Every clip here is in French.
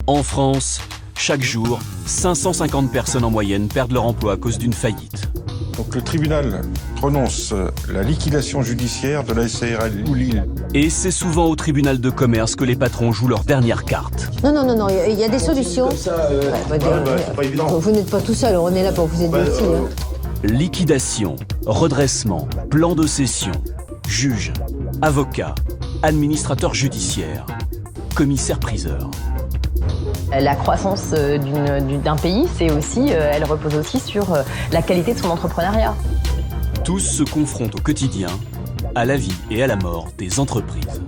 En France, chaque jour, 550 personnes en moyenne perdent leur emploi à cause d'une faillite. Donc le tribunal prononce la liquidation judiciaire de la SARL Lille. Et c'est souvent au tribunal de commerce que les patrons jouent leur dernière carte. Non, il y a des solutions. C'est pas évident. Vous n'êtes pas tout seul, on est là pour vous aider aussi. Liquidation, redressement, plan de cession, juge, avocat, administrateur judiciaire, commissaire-priseur. La croissance d'un pays, elle repose aussi sur la qualité de son entrepreneuriat. Tous se confrontent au quotidien à la vie et à la mort des entreprises.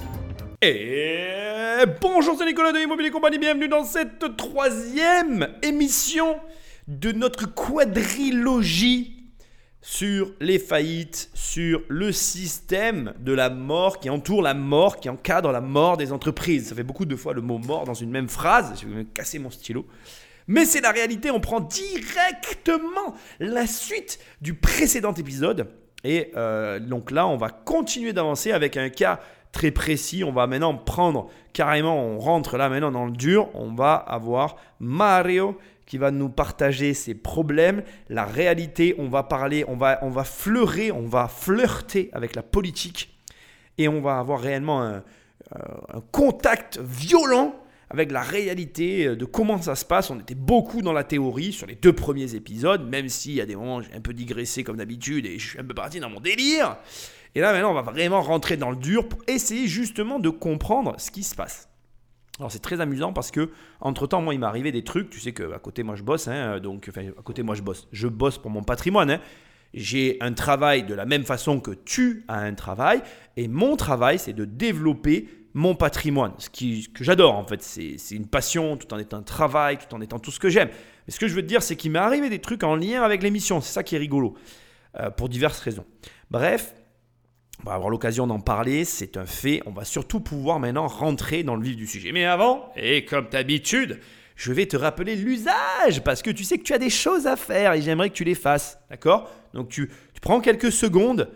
Et bonjour, c'est Nicolas de Immobilier Compagnie, bienvenue dans cette 3e émission de notre quadrilogie sur les faillites, sur le système de la mort qui entoure la mort, qui encadre la mort des entreprises. Ça fait beaucoup de fois le mot mort dans une même phrase, je vais me casser mon stylo. Mais c'est la réalité, on prend directement la suite du précédent épisode. Et donc là, on va continuer d'avancer avec un cas très précis. On va maintenant prendre carrément, on rentre là maintenant dans le dur. On va avoir Mario qui va nous partager ses problèmes, la réalité. On va parler, on va flirter avec la politique. Et on va avoir réellement un contact violent avec la réalité de comment ça se passe. On était beaucoup dans la théorie sur les 2 premiers épisodes, même s'il y a des moments où j'ai un peu digressé comme d'habitude et je suis un peu parti dans mon délire. Et là, maintenant, on va vraiment rentrer dans le dur pour essayer justement de comprendre ce qui se passe. Alors, c'est très amusant parce que, entre-temps, moi, il m'est arrivé des trucs. Tu sais qu'à côté, moi, je bosse. À côté, moi, je bosse. Je bosse pour mon patrimoine. J'ai un travail de la même façon que tu as un travail. Et mon travail, c'est de développer mon patrimoine. Que j'adore, en fait. C'est une passion, tout en étant un travail, tout en étant tout ce que j'aime. Mais ce que je veux te dire, c'est qu'il m'est arrivé des trucs en lien avec l'émission. C'est ça qui est rigolo. Pour diverses raisons. Bref. On va avoir l'occasion d'en parler, c'est un fait. On va surtout pouvoir maintenant rentrer dans le vif du sujet. Mais avant, et comme d'habitude, je vais te rappeler l'usage parce que tu sais que tu as des choses à faire et j'aimerais que tu les fasses. D'accord ? Donc tu prends quelques secondes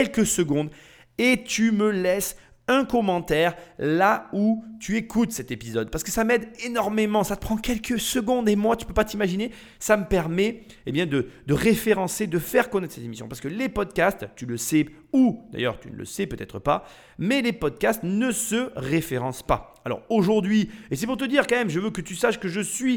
et tu me laisses un commentaire là où tu écoutes cet épisode parce que ça m'aide énormément, ça te prend quelques secondes et moi tu peux pas t'imaginer, ça me permet de référencer, de faire connaître ces émissions parce que les podcasts, tu le sais ou d'ailleurs tu ne le sais peut-être pas, mais les podcasts ne se référencent pas. Alors aujourd'hui, et c'est pour te dire quand même, je veux que tu saches que je suis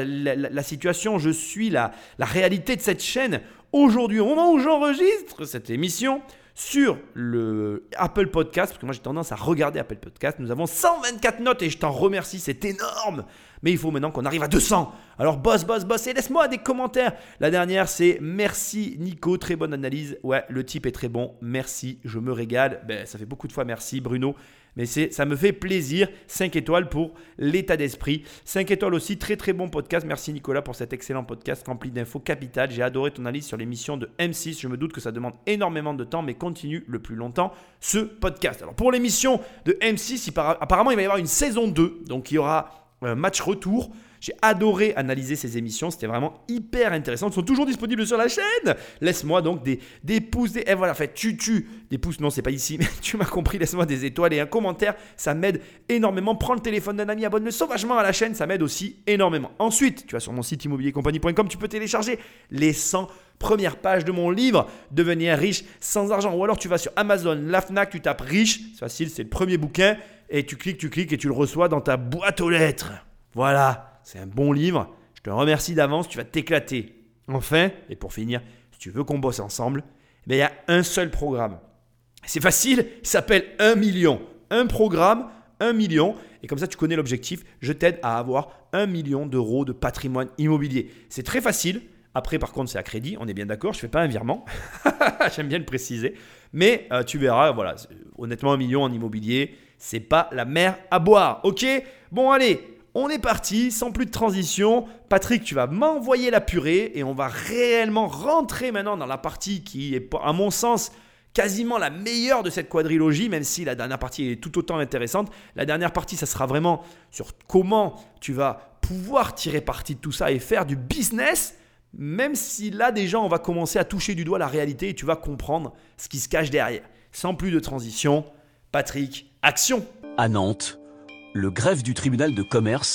la situation, je suis la réalité de cette chaîne. Aujourd'hui, au moment où j'enregistre cette émission, sur le Apple Podcast, parce que moi j'ai tendance à regarder Apple Podcast, nous avons 124 notes et je t'en remercie, c'est énorme. Mais il faut maintenant qu'on arrive à 200. Alors boss et laisse-moi des commentaires. La dernière c'est merci Nico, très bonne analyse. Ouais, le type est très bon, merci, je me régale. Ça fait beaucoup de fois merci Bruno. Mais ça me fait plaisir. 5 étoiles pour l'état d'esprit. 5 étoiles aussi, très très bon podcast. Merci Nicolas pour cet excellent podcast rempli d'infos capitales. J'ai adoré ton analyse sur l'émission de M6. Je me doute que ça demande énormément de temps, mais continue le plus longtemps ce podcast. Alors pour l'émission de M6, apparemment il va y avoir une saison 2. Donc il y aura un match retour. J'ai adoré analyser ces émissions, c'était vraiment hyper intéressant. Elles sont toujours disponibles sur la chaîne. Laisse-moi donc des pouces, et voilà, en fait, des pouces, non, c'est pas ici, mais tu m'as compris. Laisse-moi des étoiles et un commentaire, ça m'aide énormément. Prends le téléphone d'un ami, abonne-le sauvagement à la chaîne, ça m'aide aussi énormément. Ensuite, tu vas sur mon site immobiliercompagnie.com, tu peux télécharger les 100 premières pages de mon livre Devenir riche sans argent. Ou alors tu vas sur Amazon, la Fnac, tu tapes riche, c'est facile, c'est le premier bouquin, et tu cliques et tu le reçois dans ta boîte aux lettres. Voilà. C'est un bon livre, je te remercie d'avance, tu vas t'éclater. Enfin, et pour finir, si tu veux qu'on bosse ensemble, il y a un seul programme. C'est facile, il s'appelle 1 million. Un programme, 1 million. Et comme ça, tu connais l'objectif. Je t'aide à avoir 1 million d'euros de patrimoine immobilier. C'est très facile. Après, par contre, c'est à crédit. On est bien d'accord, je ne fais pas un virement. J'aime bien le préciser. Mais tu verras, voilà, honnêtement, 1 million en immobilier, ce n'est pas la mer à boire. Ok ? Bon, allez. On est parti, sans plus de transition. Patrick, tu vas m'envoyer la purée et on va réellement rentrer maintenant dans la partie qui est, à mon sens, quasiment la meilleure de cette quadrilogie, même si la dernière partie est tout autant intéressante. La dernière partie, ça sera vraiment sur comment tu vas pouvoir tirer parti de tout ça et faire du business, même si là, déjà, on va commencer à toucher du doigt la réalité et tu vas comprendre ce qui se cache derrière. Sans plus de transition, Patrick, action! À Nantes, le greffe du tribunal de commerce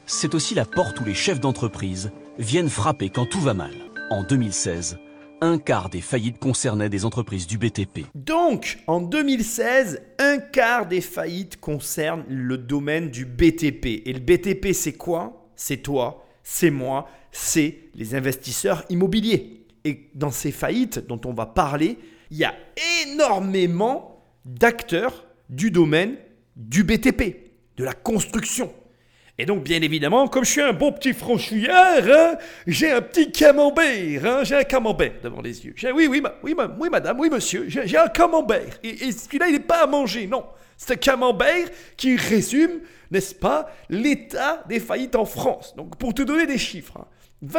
c'est aussi la porte où les chefs d'entreprise viennent frapper quand tout va mal. En 2016, un quart des faillites concernaient des entreprises du BTP. Donc, en 2016, un quart des faillites concernent le domaine du BTP. Et le BTP, c'est quoi? C'est toi, c'est moi, c'est les investisseurs immobiliers. Et dans ces faillites dont on va parler, il y a énormément d'acteurs du domaine du BTP, de la construction. Et donc, bien évidemment, comme je suis un beau petit franchouillard, hein, j'ai un petit camembert, hein, j'ai un camembert devant les yeux. Oui, madame, oui, monsieur, j'ai un camembert. Et celui-là, il n'est pas à manger, non. C'est un camembert qui résume, n'est-ce pas, l'état des faillites en France. Donc, pour te donner des chiffres, hein,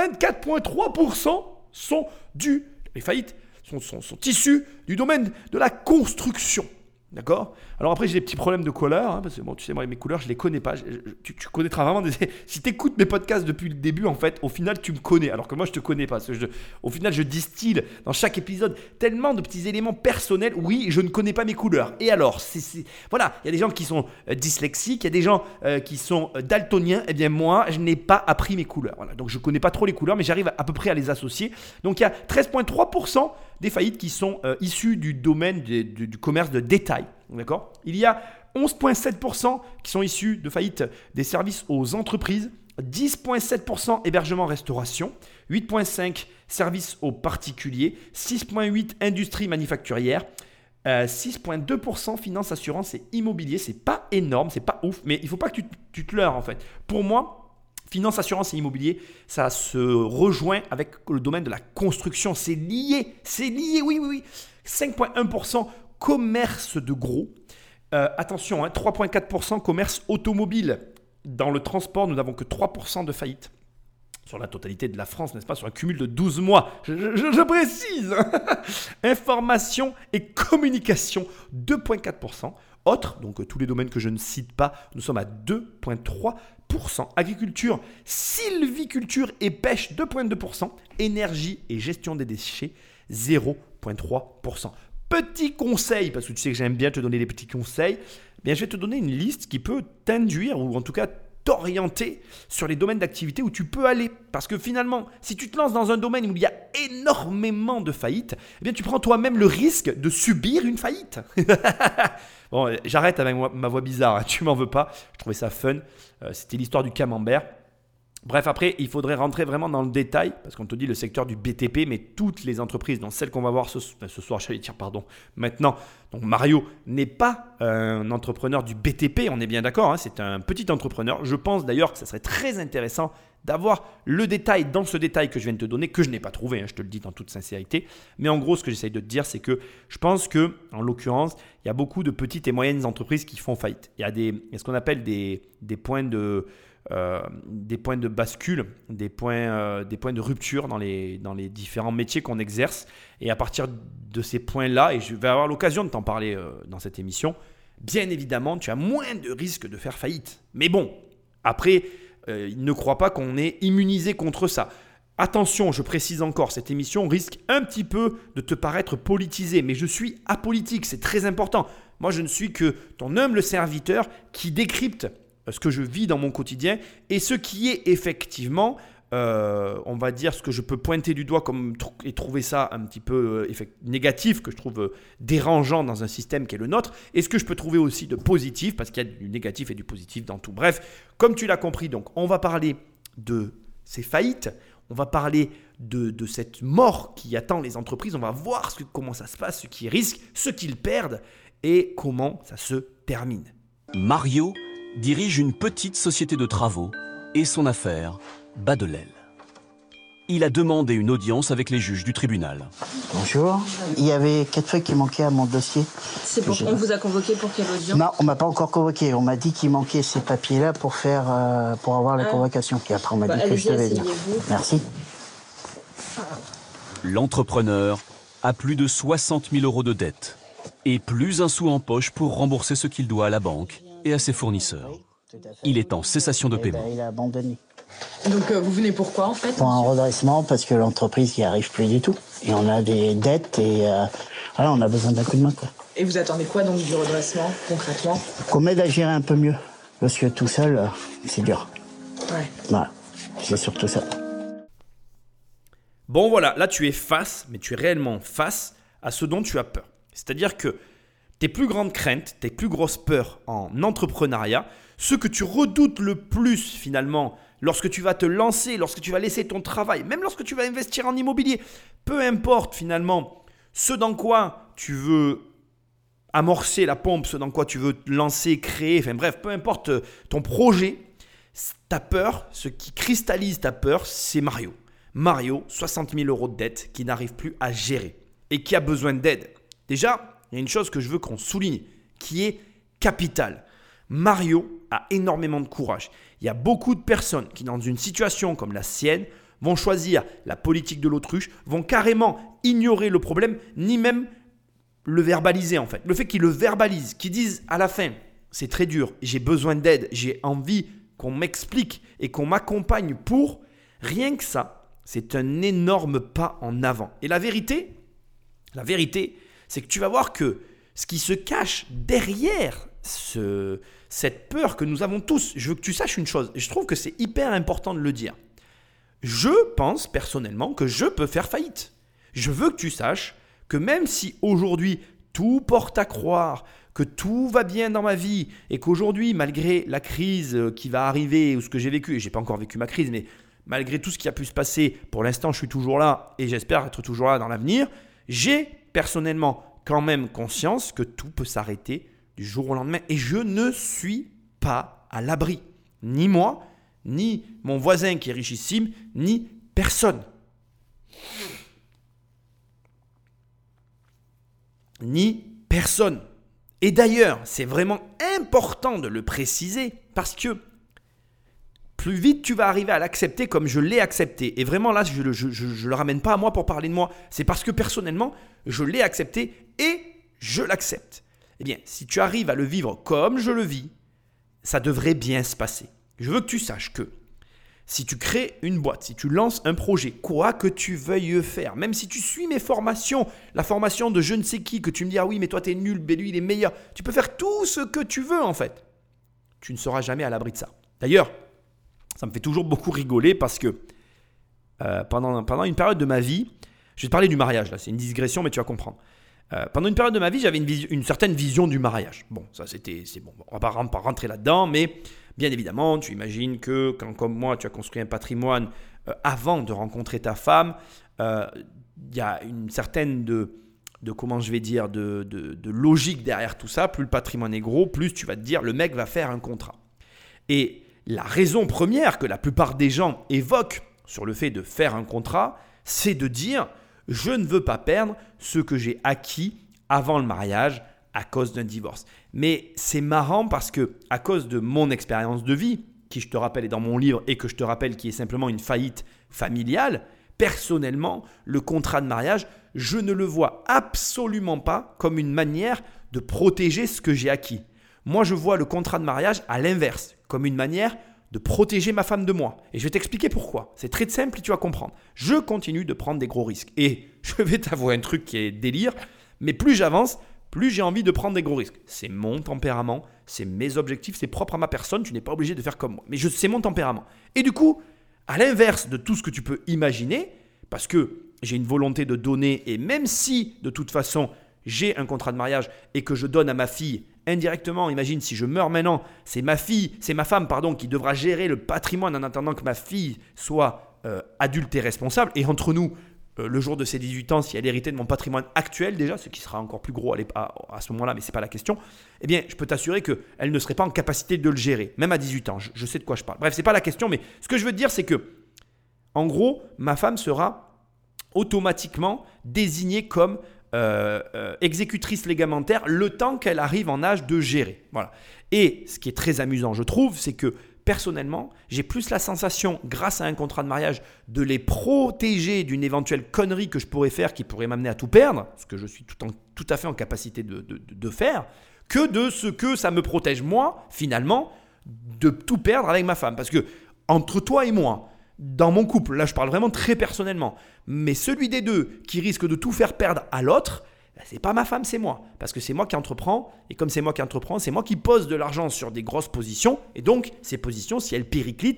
24,3% sont dus, les faillites sont issues du domaine de la construction. D'accord? Alors après, j'ai des petits problèmes de couleur, hein, parce que bon, tu sais, moi, mes couleurs, je les connais pas. Tu connaîtras vraiment si tu écoutes mes podcasts depuis le début, en fait, au final, tu me connais. Alors que moi, je te connais pas. Parce que au final, je distille dans chaque épisode tellement de petits éléments personnels. Oui, je ne connais pas mes couleurs. Et alors, voilà, il y a des gens qui sont dyslexiques, il y a des gens qui sont daltoniens. Eh bien, moi, je n'ai pas appris mes couleurs. Voilà. Donc, je connais pas trop les couleurs, mais j'arrive à peu près à les associer. Donc, il y a 13,3% des faillites qui sont issues du domaine du commerce de détail. D'accord? Il y a 11,7% qui sont issus de faillites des services aux entreprises, 10,7% hébergement-restauration, 8,5% services aux particuliers, 6,8% industrie manufacturière, 6,2% finance, assurance et immobilier. C'est pas énorme, c'est pas ouf, mais il faut pas que tu te leurres en fait. Pour moi, finance, assurance et immobilier, ça se rejoint avec le domaine de la construction. C'est lié, oui. 5,1% commerce de gros. Attention, 3,4% commerce automobile. Dans le transport, nous n'avons que 3% de faillites. Sur la totalité de la France, n'est-ce pas? Sur un cumul de 12 mois. Je précise. Information et communication, 2,4%. Autres, donc tous les domaines que je ne cite pas, nous sommes à 2,3%. Agriculture, sylviculture et pêche, 2,2%. Énergie et gestion des déchets, 0,3%. Petit conseil, parce que tu sais que j'aime bien te donner des petits conseils, bien, je vais te donner une liste qui peut t'induire, ou en tout cas t'orienter sur les domaines d'activité où tu peux aller. Parce que finalement, si tu te lances dans un domaine où il y a énormément de faillites, eh bien, tu prends toi-même le risque de subir une faillite. Bon, j'arrête avec ma voix bizarre, hein, tu m'en veux pas, je trouvais ça fun. C'était l'histoire du camembert. Bref, après, il faudrait rentrer vraiment dans le détail, parce qu'on te dit le secteur du BTP, mais toutes les entreprises, dans celles qu'on va voir ce soir, maintenant. Donc Mario n'est pas un entrepreneur du BTP, on est bien d'accord, hein, c'est un petit entrepreneur. Je pense d'ailleurs que ça serait très intéressant d'avoir le détail dans ce détail que je viens de te donner, que je n'ai pas trouvé, hein, je te le dis en toute sincérité. Mais en gros, ce que j'essaye de te dire, c'est que je pense que, en l'occurrence, il y a beaucoup de petites et moyennes entreprises qui font faillite. Il y a ce qu'on appelle des points de bascule, des points de rupture dans les différents métiers qu'on exerce. Et à partir de ces points-là, et je vais avoir l'occasion de t'en parler dans cette émission, bien évidemment, tu as moins de risques de faire faillite. Mais bon, après, ne crois pas qu'on est immunisé contre ça. Attention, je précise encore, cette émission risque un petit peu de te paraître politisée, mais je suis apolitique, c'est très important. Moi, je ne suis que ton humble serviteur qui décrypte ce que je vis dans mon quotidien et ce qui est effectivement, on va dire, ce que je peux pointer du doigt et trouver ça un petit peu négatif, que je trouve dérangeant dans un système qui est le nôtre, et ce que je peux trouver aussi de positif, parce qu'il y a du négatif et du positif dans tout. Bref, comme tu l'as compris, donc, on va parler de ces faillites, on va parler de cette mort qui attend les entreprises, on va voir comment ça se passe, ce qu'ils risquent, ce qu'ils perdent et comment ça se termine. Mario dirige une petite société de travaux et son affaire bat de l'aile. Il a demandé une audience avec les juges du tribunal. Bonjour. Il y avait 4 feuilles qui manquaient à mon dossier. On vous a convoqué pour quelle audience? Non, on m'a pas encore convoqué. On m'a dit qu'il manquait ces papiers-là pour avoir la convocation. Et après, on m'a dit que je devais venir. Merci. L'entrepreneur a plus de 60 000 € de dette et plus un sou en poche pour rembourser ce qu'il doit à la banque et à ses fournisseurs. Il est en cessation de paiement. Il a abandonné. Donc vous venez pourquoi en fait? Pour un redressement, parce que l'entreprise n'y arrive plus du tout. Et on a des dettes et voilà, on a besoin d'un coup de main, quoi. Et vous attendez quoi donc du redressement concrètement? Qu'on m'aide à gérer un peu mieux. Parce que tout seul, c'est dur. Ouais. Voilà, c'est surtout ça. Bon voilà, là tu es face, mais tu es réellement face à ce dont tu as peur. C'est-à-dire que tes plus grandes craintes, tes plus grosses peurs en entrepreneuriat, ce que tu redoutes le plus finalement lorsque tu vas te lancer, lorsque tu vas laisser ton travail, même lorsque tu vas investir en immobilier, peu importe finalement ce dans quoi tu veux amorcer la pompe, ce dans quoi tu veux te lancer, créer, enfin bref, peu importe ton projet, ta peur, ce qui cristallise ta peur, c'est Mario. Mario, 60 000 € de dette qui n'arrive plus à gérer et qui a besoin d'aide. Déjà, il y a une chose que je veux qu'on souligne qui est capitale. Mario a énormément de courage. Il y a beaucoup de personnes qui, dans une situation comme la sienne, vont choisir la politique de l'autruche, vont carrément ignorer le problème, ni même le verbaliser en fait. Le fait qu'ils le verbalisent, qu'ils disent à la fin, c'est très dur, j'ai besoin d'aide, j'ai envie qu'on m'explique et qu'on m'accompagne pour, rien que ça, c'est un énorme pas en avant. Et la vérité, c'est que tu vas voir que ce qui se cache derrière cette peur que nous avons tous, je veux que tu saches une chose, et je trouve que c'est hyper important de le dire. Je pense personnellement que je peux faire faillite. Je veux que tu saches que même si aujourd'hui tout porte à croire que tout va bien dans ma vie et qu'aujourd'hui, malgré la crise qui va arriver ou ce que j'ai vécu, et je n'ai pas encore vécu ma crise, mais malgré tout ce qui a pu se passer, pour l'instant, je suis toujours là et j'espère être toujours là dans l'avenir. J'ai personnellement quand même conscience que tout peut s'arrêter du jour au lendemain et je ne suis pas à l'abri. Ni moi, ni mon voisin qui est richissime, ni personne. Ni personne. Et d'ailleurs, c'est vraiment important de le préciser parce que plus vite tu vas arriver à l'accepter comme je l'ai accepté. Et vraiment là, je ne le ramène pas à moi pour parler de moi. C'est parce que personnellement, je l'ai accepté et je l'accepte. Eh bien, si tu arrives à le vivre comme je le vis, ça devrait bien se passer. Je veux que tu saches que si tu crées une boîte, si tu lances un projet, quoi que tu veuilles faire, même si tu suis mes formations, la formation de je ne sais qui, que tu me dis « Ah oui, mais toi, t'es nul, mais lui, il est meilleur », tu peux faire tout ce que tu veux en fait. Tu ne seras jamais à l'abri de ça. D'ailleurs, ça me fait toujours beaucoup rigoler parce que pendant une période de ma vie, je vais te parler du mariage, là, c'est une digression, mais tu vas comprendre. Pendant une période de ma vie, j'avais une certaine vision du mariage. Bon, ça c'est bon, on va pas rentrer là-dedans, mais bien évidemment, tu imagines que quand, comme moi, tu as construit un patrimoine avant de rencontrer ta femme, il y a une certaine de logique derrière tout ça. Plus le patrimoine est gros, plus tu vas te dire le mec va faire un contrat. Et la raison première que la plupart des gens évoquent sur le fait de faire un contrat, c'est de dire « je ne veux pas perdre ce que j'ai acquis avant le mariage à cause d'un divorce ». Mais c'est marrant parce que à cause de mon expérience de vie, qui je te rappelle est dans mon livre et que je te rappelle qui est simplement une faillite familiale, personnellement, le contrat de mariage, je ne le vois absolument pas comme une manière de protéger ce que j'ai acquis. Moi, je vois le contrat de mariage à l'inverse, comme une manière de protéger ma femme de moi. Et je vais t'expliquer pourquoi. C'est très simple et tu vas comprendre. Je continue de prendre des gros risques. Et je vais t'avouer un truc qui est délire, mais plus j'avance, plus j'ai envie de prendre des gros risques. C'est mon tempérament, c'est mes objectifs, c'est propre à ma personne, tu n'es pas obligé de faire comme moi. Mais c'est mon tempérament. Et du coup, à l'inverse de tout ce que tu peux imaginer, parce que j'ai une volonté de donner, et même si de toute façon j'ai un contrat de mariage et que je donne à ma fille indirectement, imagine si je meurs maintenant, c'est ma femme qui devra gérer le patrimoine en attendant que ma fille soit adulte et responsable. Et entre nous, le jour de ses 18 ans, si elle héritait de mon patrimoine actuel déjà, ce qui sera encore plus gros à ce moment-là, mais ce n'est pas la question, eh bien, je peux t'assurer qu'elle ne serait pas en capacité de le gérer, même à 18 ans. Je sais de quoi je parle. Bref, ce n'est pas la question, mais ce que je veux te dire, c'est que, en gros, ma femme sera automatiquement désignée comme exécutrice légamentaire le temps qu'elle arrive en âge de gérer. Voilà. Et ce qui est très amusant, je trouve, c'est que personnellement, j'ai plus la sensation, grâce à un contrat de mariage, de les protéger d'une éventuelle connerie que je pourrais faire qui pourrait m'amener à tout perdre, ce que je suis tout à fait en capacité de faire, que de ce que ça me protège moi, finalement, de tout perdre avec ma femme. Parce que entre toi et moi, dans mon couple, là je parle vraiment très personnellement, mais celui des deux qui risque de tout faire perdre à l'autre, c'est pas ma femme, c'est moi. Parce que c'est moi qui entreprends, et comme c'est moi qui entreprends, c'est moi qui pose de l'argent sur des grosses positions, et donc ces positions, si elles périclitent,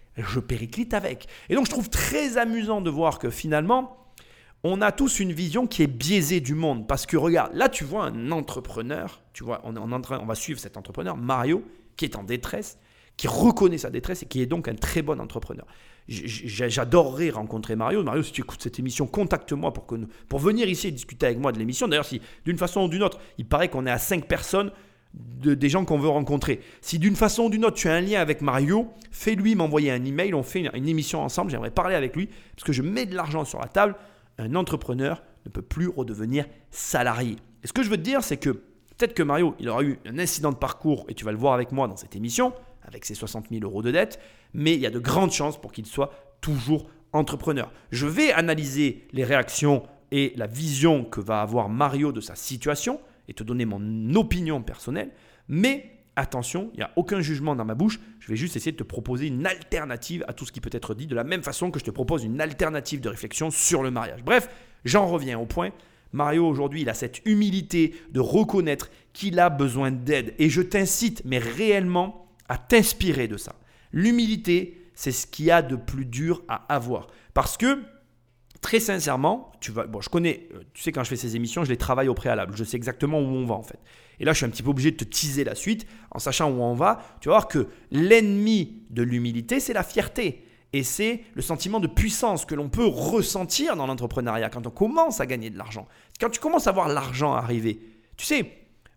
je périclite avec. Et donc, je trouve très amusant de voir que finalement, on a tous une vision qui est biaisée du monde. Parce que regarde, là, tu vois un entrepreneur, tu vois, on va suivre cet entrepreneur, Mario, qui est en détresse, qui reconnaît sa détresse et qui est donc un très bon entrepreneur. J'adorerais rencontrer Mario. Mario, si tu écoutes cette émission, contacte-moi pour venir ici et discuter avec moi de l'émission. D'ailleurs, si d'une façon ou d'une autre, il paraît qu'on est à 5 personnes des gens qu'on veut rencontrer. Si d'une façon ou d'une autre, tu as un lien avec Mario, fais-lui m'envoyer un email, on fait une émission ensemble, j'aimerais parler avec lui parce que je mets de l'argent sur la table. Un entrepreneur ne peut plus redevenir salarié. Et ce que je veux te dire, c'est que peut-être que Mario, il aura eu un incident de parcours, et tu vas le voir avec moi dans cette émission, avec ses 60 000 euros de dette, mais il y a de grandes chances pour qu'il soit toujours entrepreneur. Je vais analyser les réactions et la vision que va avoir Mario de sa situation et te donner mon opinion personnelle, mais attention, il n'y a aucun jugement dans ma bouche, je vais juste essayer de te proposer une alternative à tout ce qui peut être dit, de la même façon que je te propose une alternative de réflexion sur le mariage. Bref, j'en reviens au point. Mario, aujourd'hui, il a cette humilité de reconnaître qu'il a besoin d'aide. Et je t'incite, mais réellement, à t'inspirer de ça. L'humilité, c'est ce qu'il y a de plus dur à avoir. Parce que, très sincèrement, tu sais, quand je fais ces émissions, je les travaille au préalable. Je sais exactement où on va, en fait. Et là, je suis un petit peu obligé de te teaser la suite. En sachant où on va, tu vas voir que l'ennemi de l'humilité, c'est la fierté. Et c'est le sentiment de puissance que l'on peut ressentir dans l'entrepreneuriat quand on commence à gagner de l'argent. Quand tu commences à voir l'argent arriver, tu sais,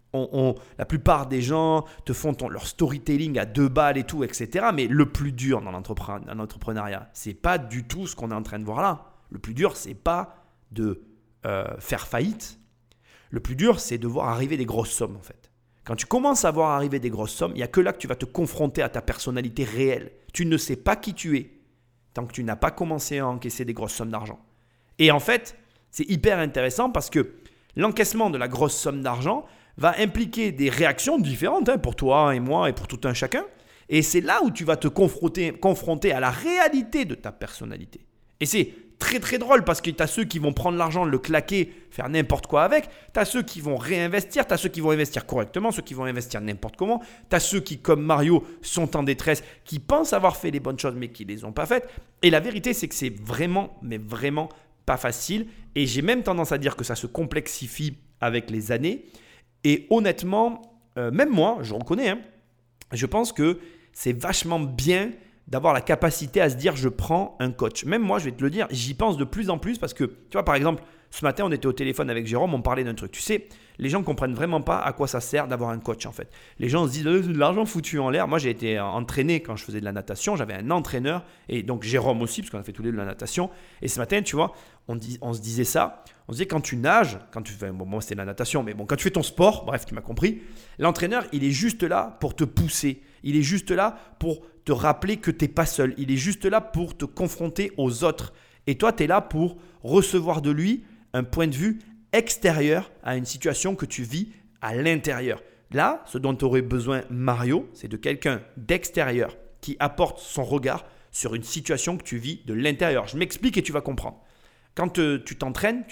la plupart des gens te font leur storytelling à 2 balles et tout, etc. Mais le plus dur dans l'entrepreneuriat, c'est pas du tout ce qu'on est en train de voir là. Le plus dur, c'est pas de faire faillite. Le plus dur, c'est de voir arriver des grosses sommes en fait. Quand tu commences à voir arriver des grosses sommes, il n'y a que là que tu vas te confronter à ta personnalité réelle. Tu ne sais pas qui tu es tant que tu n'as pas commencé à encaisser des grosses sommes d'argent. Et en fait, c'est hyper intéressant parce que l'encaissement de la grosse somme d'argent va impliquer des réactions différentes pour toi et moi et pour tout un chacun. Et c'est là où tu vas te confronter à la réalité de ta personnalité. Et c'est très très drôle parce que tu as ceux qui vont prendre l'argent, le claquer, faire n'importe quoi avec. Tu as ceux qui vont réinvestir, tu as ceux qui vont investir correctement, ceux qui vont investir n'importe comment. Tu as ceux qui, comme Mario, sont en détresse, qui pensent avoir fait les bonnes choses mais qui ne les ont pas faites. Et la vérité, c'est que c'est vraiment, mais vraiment pas facile. Et j'ai même tendance à dire que ça se complexifie avec les années. Et honnêtement, même moi, je reconnais, je pense que c'est vachement bien d'avoir la capacité à se dire je prends un coach. Même moi, je vais te le dire, j'y pense de plus en plus parce que, tu vois, par exemple, ce matin, on était au téléphone avec Jérôme, on parlait d'un truc. Tu sais, les gens ne comprennent vraiment pas à quoi ça sert d'avoir un coach en fait. Les gens se disent c'est de l'argent foutu en l'air. Moi, j'ai été entraîné quand je faisais de la natation, j'avais un entraîneur et donc Jérôme aussi, parce qu'on a fait tous les deux de la natation. Et ce matin, tu vois, on se disait ça. On se disait quand tu nages, quand tu fais, bon, moi c'était la natation, mais bon, quand tu fais ton sport, bref, tu m'as compris, l'entraîneur, il est juste là pour te pousser. Il est juste là pour te rappeler que tu n'es pas seul. Il est juste là pour te confronter aux autres. Et toi, tu es là pour recevoir de lui un point de vue extérieur à une situation que tu vis à l'intérieur. Là, ce dont tu aurais besoin, Mario, c'est de quelqu'un d'extérieur qui apporte son regard sur une situation que tu vis de l'intérieur. Je m'explique et tu vas comprendre. Quand tu t'entraînes,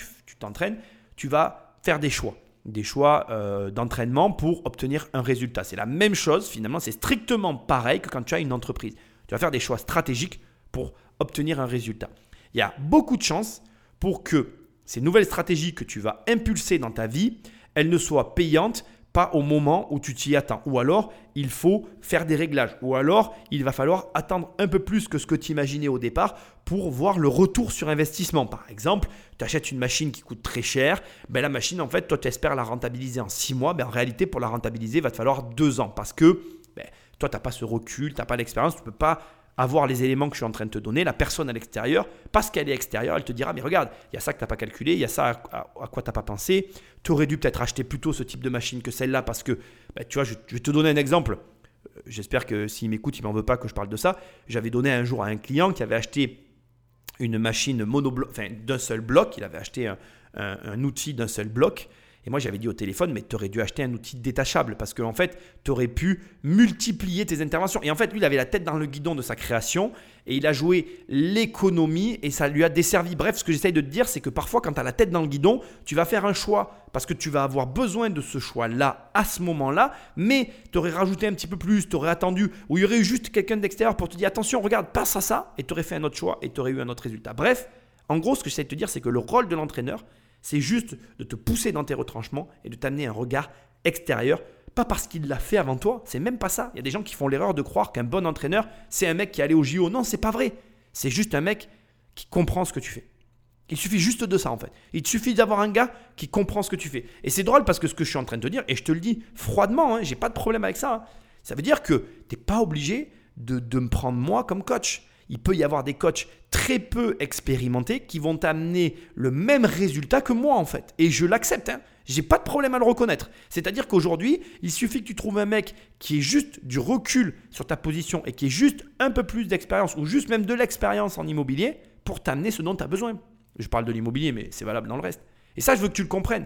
tu vas faire des choix d'entraînement pour obtenir un résultat. C'est la même chose finalement, c'est strictement pareil que quand tu as une entreprise. Tu vas faire des choix stratégiques pour obtenir un résultat. Il y a beaucoup de chances pour que ces nouvelles stratégies que tu vas impulser dans ta vie, elles ne soient payantes pas au moment où tu t'y attends. Ou alors, il faut faire des réglages. Ou alors, il va falloir attendre un peu plus que ce que tu imaginais au départ pour voir le retour sur investissement. Par exemple, tu achètes une machine qui coûte très cher. La machine, en fait, toi, tu espères la rentabiliser en 6 mois. En réalité, pour la rentabiliser, il va te falloir 2 ans parce que toi, tu n'as pas ce recul, tu n'as pas l'expérience, tu ne peux pas avoir les éléments que je suis en train de te donner. La personne à l'extérieur, parce qu'elle est extérieure, elle te dira mais regarde, il y a ça que tu n'as pas calculé, il y a ça à quoi tu n'as pas pensé. Tu aurais dû peut-être acheter plutôt ce type de machine que celle-là parce que, tu vois, je vais te donner un exemple. J'espère que s'il m'écoute, il ne m'en veut pas que je parle de ça. J'avais donné un jour à un client qui avait acheté une machine d'un seul bloc. Il avait acheté un outil d'un seul bloc. Et moi, j'avais dit au téléphone, mais tu aurais dû acheter un outil détachable parce qu'en fait, tu aurais pu multiplier tes interventions. Et en fait, lui, il avait la tête dans le guidon de sa création et il a joué l'économie et ça lui a desservi. Bref, ce que j'essaye de te dire, c'est que parfois, quand tu as la tête dans le guidon, tu vas faire un choix parce que tu vas avoir besoin de ce choix-là à ce moment-là, mais tu aurais rajouté un petit peu plus, tu aurais attendu, ou il y aurait eu juste quelqu'un d'extérieur pour te dire attention, regarde, passe à ça, et tu aurais fait un autre choix et tu aurais eu un autre résultat. Bref, en gros, ce que j'essaie de te dire, c'est que le rôle de l'entraîneur, c'est juste de te pousser dans tes retranchements et de t'amener un regard extérieur. Pas parce qu'il l'a fait avant toi, c'est même pas ça. Il y a des gens qui font l'erreur de croire qu'un bon entraîneur, c'est un mec qui est allé au JO. Non, c'est pas vrai. C'est juste un mec qui comprend ce que tu fais. Il suffit juste de ça en fait. Il te suffit d'avoir un gars qui comprend ce que tu fais. Et c'est drôle parce que ce que je suis en train de te dire, et je te le dis froidement, j'ai pas de problème avec ça. Ça veut dire que tu n'es pas obligé de me prendre moi comme coach. Il peut y avoir des coachs très peu expérimentés qui vont t'amener le même résultat que moi en fait. Et je l'accepte, j'ai pas de problème à le reconnaître. C'est-à-dire qu'aujourd'hui, il suffit que tu trouves un mec qui ait juste du recul sur ta position et qui ait juste un peu plus d'expérience ou juste même de l'expérience en immobilier pour t'amener ce dont tu as besoin. Je parle de l'immobilier, mais c'est valable dans le reste. Et ça, je veux que tu le comprennes.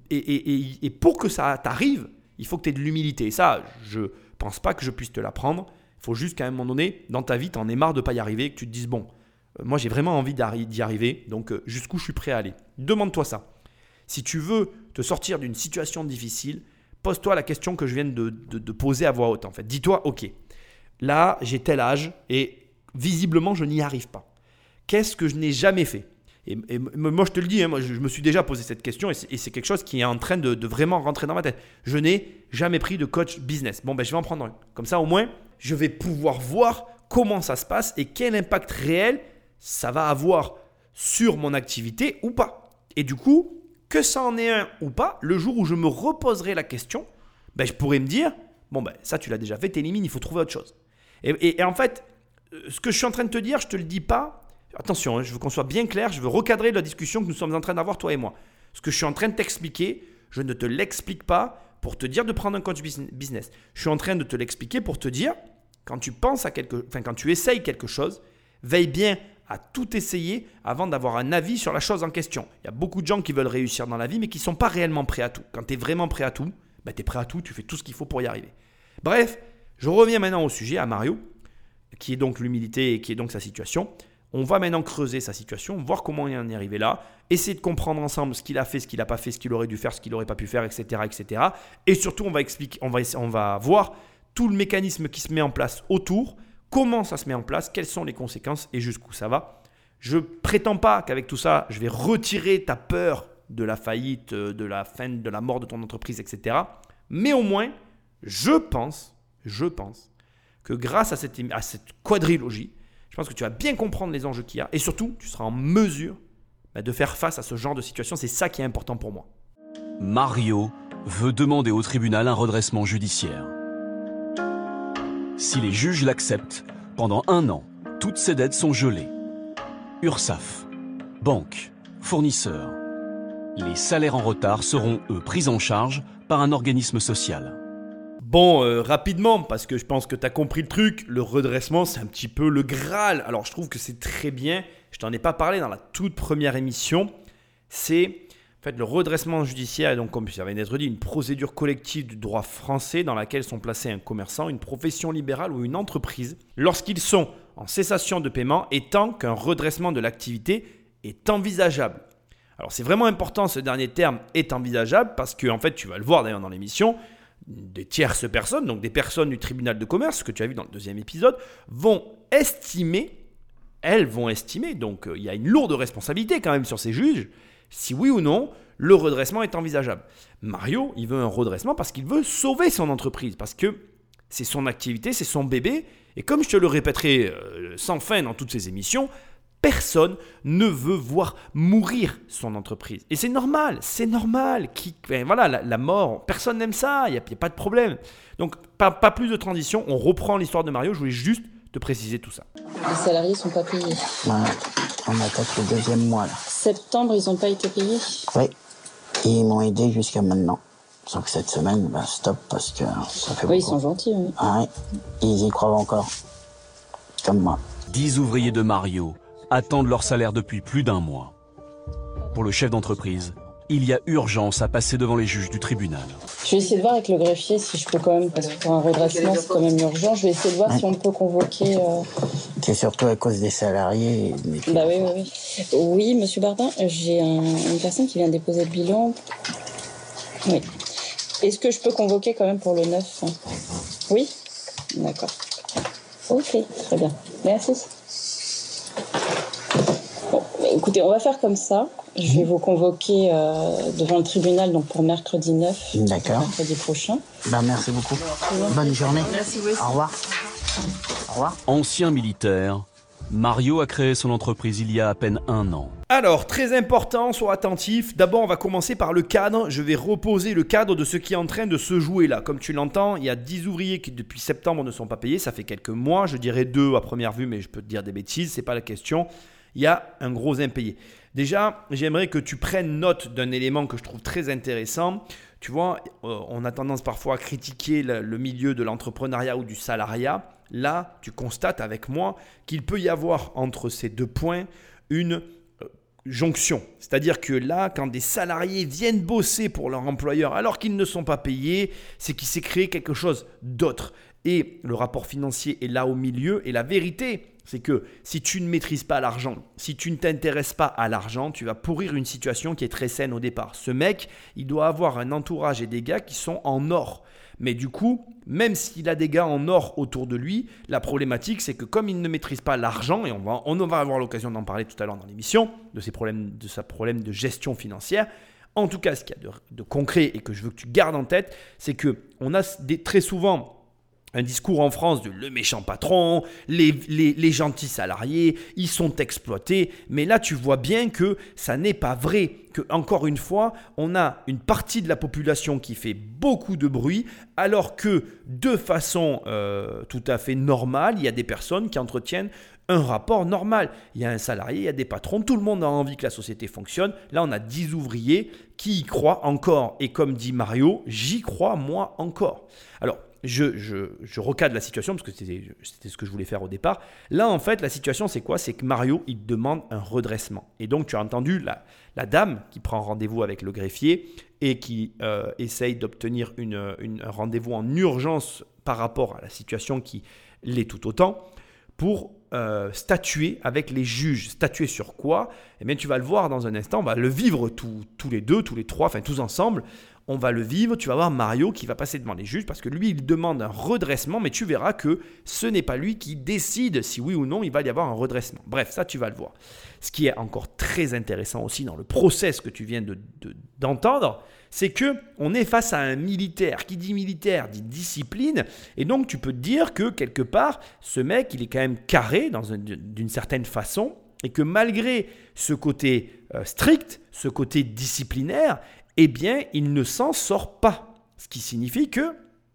Et pour que ça t'arrive, il faut que tu aies de l'humilité. Et ça, je pense pas que je puisse te l'apprendre. Il faut juste qu'à un moment donné, dans ta vie, tu en aies marre de ne pas y arriver, que tu te dises, bon, moi j'ai vraiment envie d'y arriver, donc jusqu'où je suis prêt à aller. Demande-toi ça. Si tu veux te sortir d'une situation difficile, pose-toi la question que je viens de poser à voix haute. En fait. Dis-toi, ok, là j'ai tel âge et visiblement je n'y arrive pas. Qu'est-ce que je n'ai jamais fait ? Et moi je te le dis, moi, je me suis déjà posé cette question et c'est quelque chose qui est en train de vraiment rentrer dans ma tête. Je n'ai jamais pris de coach business. Bon, je vais en prendre un. Comme ça au moins, je vais pouvoir voir comment ça se passe et quel impact réel ça va avoir sur mon activité ou pas. Et du coup, que ça en ait un ou pas, le jour où je me reposerai la question, je pourrais me dire, ça tu l'as déjà fait, t'élimines, il faut trouver autre chose. Et en fait, ce que je suis en train de te dire, je ne te le dis pas. Attention, je veux qu'on soit bien clair, je veux recadrer la discussion que nous sommes en train d'avoir, toi et moi. Ce que je suis en train de t'expliquer, je ne te l'explique pas pour te dire de prendre un coach business. Je suis en train de te l'expliquer pour te dire, quand tu essayes quelque chose, veille bien à tout essayer avant d'avoir un avis sur la chose en question. Il y a beaucoup de gens qui veulent réussir dans la vie, mais qui ne sont pas réellement prêts à tout. Quand tu es vraiment prêt à tout, tu es prêt à tout, tu fais tout ce qu'il faut pour y arriver. Bref, je reviens maintenant au sujet, à Mario, qui est donc l'humilité et qui est donc sa situation. On va maintenant creuser sa situation, voir comment il en est arrivé là, essayer de comprendre ensemble ce qu'il a fait, ce qu'il n'a pas fait, ce qu'il aurait dû faire, ce qu'il n'aurait pas pu faire, etc., etc. Et surtout, on va voir tout le mécanisme qui se met en place autour, comment ça se met en place, quelles sont les conséquences et jusqu'où ça va. Je ne prétends pas qu'avec tout ça, je vais retirer ta peur de la faillite, de la fin, de la mort de ton entreprise, etc. Mais au moins, je pense que grâce à cette quadrilogie, je pense que tu vas bien comprendre les enjeux qu'il y a et surtout, tu seras en mesure de faire face à ce genre de situation. C'est ça qui est important pour moi. Mario veut demander au tribunal un redressement judiciaire. Si les juges l'acceptent, pendant 1 an, toutes ses dettes sont gelées. URSSAF, banque, fournisseurs. Les salaires en retard seront, eux, pris en charge par un organisme social. Bon, rapidement, parce que je pense que tu as compris le truc, le redressement, c'est un petit peu le Graal. Alors, je trouve que c'est très bien. Je t'en ai pas parlé dans la toute première émission. C'est en fait le redressement judiciaire, et donc comme ça vient d'être dit, une procédure collective du droit français dans laquelle sont placés un commerçant, une profession libérale ou une entreprise lorsqu'ils sont en cessation de paiement et tant qu'un redressement de l'activité est envisageable. Alors, c'est vraiment important, ce dernier terme est envisageable parce que, en fait, tu vas le voir d'ailleurs dans l'émission, des tierces personnes, donc des personnes du tribunal de commerce, que tu as vu dans le 2e épisode, vont estimer, donc il y a une lourde responsabilité quand même sur ces juges, si oui ou non, le redressement est envisageable. Mario, il veut un redressement parce qu'il veut sauver son entreprise, parce que c'est son activité, c'est son bébé, et comme je te le répéterai sans fin dans toutes ces émissions, personne ne veut voir mourir son entreprise. Et c'est normal. La mort, personne n'aime ça, il n'y a pas de problème. Donc, pas plus de transition, on reprend l'histoire de Mario, je voulais juste te préciser tout ça. Les salariés ne sont pas payés. On attaque le 2e mois là. Septembre, ils n'ont pas été payés? Oui, et ils m'ont aidé jusqu'à maintenant. Sauf que cette semaine, stop, parce que ça fait beaucoup. Oui, ils sont gentils. Oui. Ah, ouais, ils y croient encore, comme moi. 10 ouvriers de Mario attendent leur salaire depuis plus d'1 mois. Pour le chef d'entreprise, il y a urgence à passer devant les juges du tribunal. Je vais essayer de voir avec le greffier si je peux quand même, parce que pour un redressement, c'est quand même urgent. Je vais essayer de voir si on peut convoquer... C'est surtout à cause des salariés. Bah oui. Oui, monsieur Bardin, j'ai une personne qui vient déposer le bilan. Oui. Est-ce que je peux convoquer quand même pour le 9 ? Oui ? D'accord. Ok, très bien. Merci. Bon, écoutez, on va faire comme ça. Je vais vous convoquer devant le tribunal donc pour mercredi 9. D'accord. Mercredi prochain. Merci beaucoup. Bonne journée. Merci, vous aussi. Au revoir. Au revoir. Ancien militaire, Mario a créé son entreprise il y a à peine 1 an. Alors, très important, sois attentif. D'abord, on va commencer par le cadre. Je vais reposer le cadre de ce qui est en train de se jouer là. Comme tu l'entends, il y a 10 ouvriers qui, depuis septembre, ne sont pas payés. Ça fait quelques mois. Je dirais 2 à première vue, mais je peux te dire des bêtises. C'est pas la question. Il y a un gros impayé. Déjà, j'aimerais que tu prennes note d'un élément que je trouve très intéressant. Tu vois, on a tendance parfois à critiquer le milieu de l'entrepreneuriat ou du salariat. Là, tu constates avec moi qu'il peut y avoir entre ces 2 points une jonction. C'est-à-dire que là, quand des salariés viennent bosser pour leur employeur alors qu'ils ne sont pas payés, c'est qu'il s'est créé quelque chose d'autre. Et le rapport financier est là au milieu. Et la vérité, c'est que si tu ne maîtrises pas l'argent, si tu ne t'intéresses pas à l'argent, tu vas pourrir une situation qui est très saine au départ. Ce mec, il doit avoir un entourage et des gars qui sont en or. Mais du coup, même s'il a des gars en or autour de lui, la problématique, c'est que comme il ne maîtrise pas l'argent, et on va avoir l'occasion d'en parler tout à l'heure dans l'émission, de sa problème de gestion financière, en tout cas, ce qu'il y a de concret et que je veux que tu gardes en tête, c'est qu'on a très souvent un discours en France de le méchant patron, les gentils salariés, ils sont exploités. Mais là, tu vois bien que ça n'est pas vrai. Que, encore une fois, on a une partie de la population qui fait beaucoup de bruit, alors que de façon tout à fait normale, il y a des personnes qui entretiennent un rapport normal. Il y a un salarié, il y a des patrons, tout le monde a envie que la société fonctionne. Là, on a 10 ouvriers qui y croient encore. Et comme dit Mario, j'y crois moi encore. Alors, je recadre la situation parce que c'était ce que je voulais faire au départ. Là, en fait, la situation, c'est quoi ? C'est que Mario, il demande un redressement. Et donc, tu as entendu la dame qui prend rendez-vous avec le greffier et qui essaye d'obtenir un rendez-vous en urgence par rapport à la situation qui l'est tout autant pour statuer avec les juges. Statuer sur quoi ? Eh bien, tu vas le voir dans un instant. On va le vivre tous les 2, tous les 3, enfin tous ensemble. On va le vivre, tu vas voir Mario qui va passer devant les juges parce que lui, il demande un redressement, mais tu verras que ce n'est pas lui qui décide si oui ou non il va y avoir un redressement. Bref, ça, tu vas le voir. Ce qui est encore très intéressant aussi dans le process que tu viens d'entendre, c'est qu'on est face à un militaire. Qui dit militaire dit discipline. Et donc, tu peux te dire que quelque part, ce mec, il est quand même carré d'une certaine façon et que malgré ce côté strict, ce côté disciplinaire, eh bien, il ne s'en sort pas. Ce qui signifie que,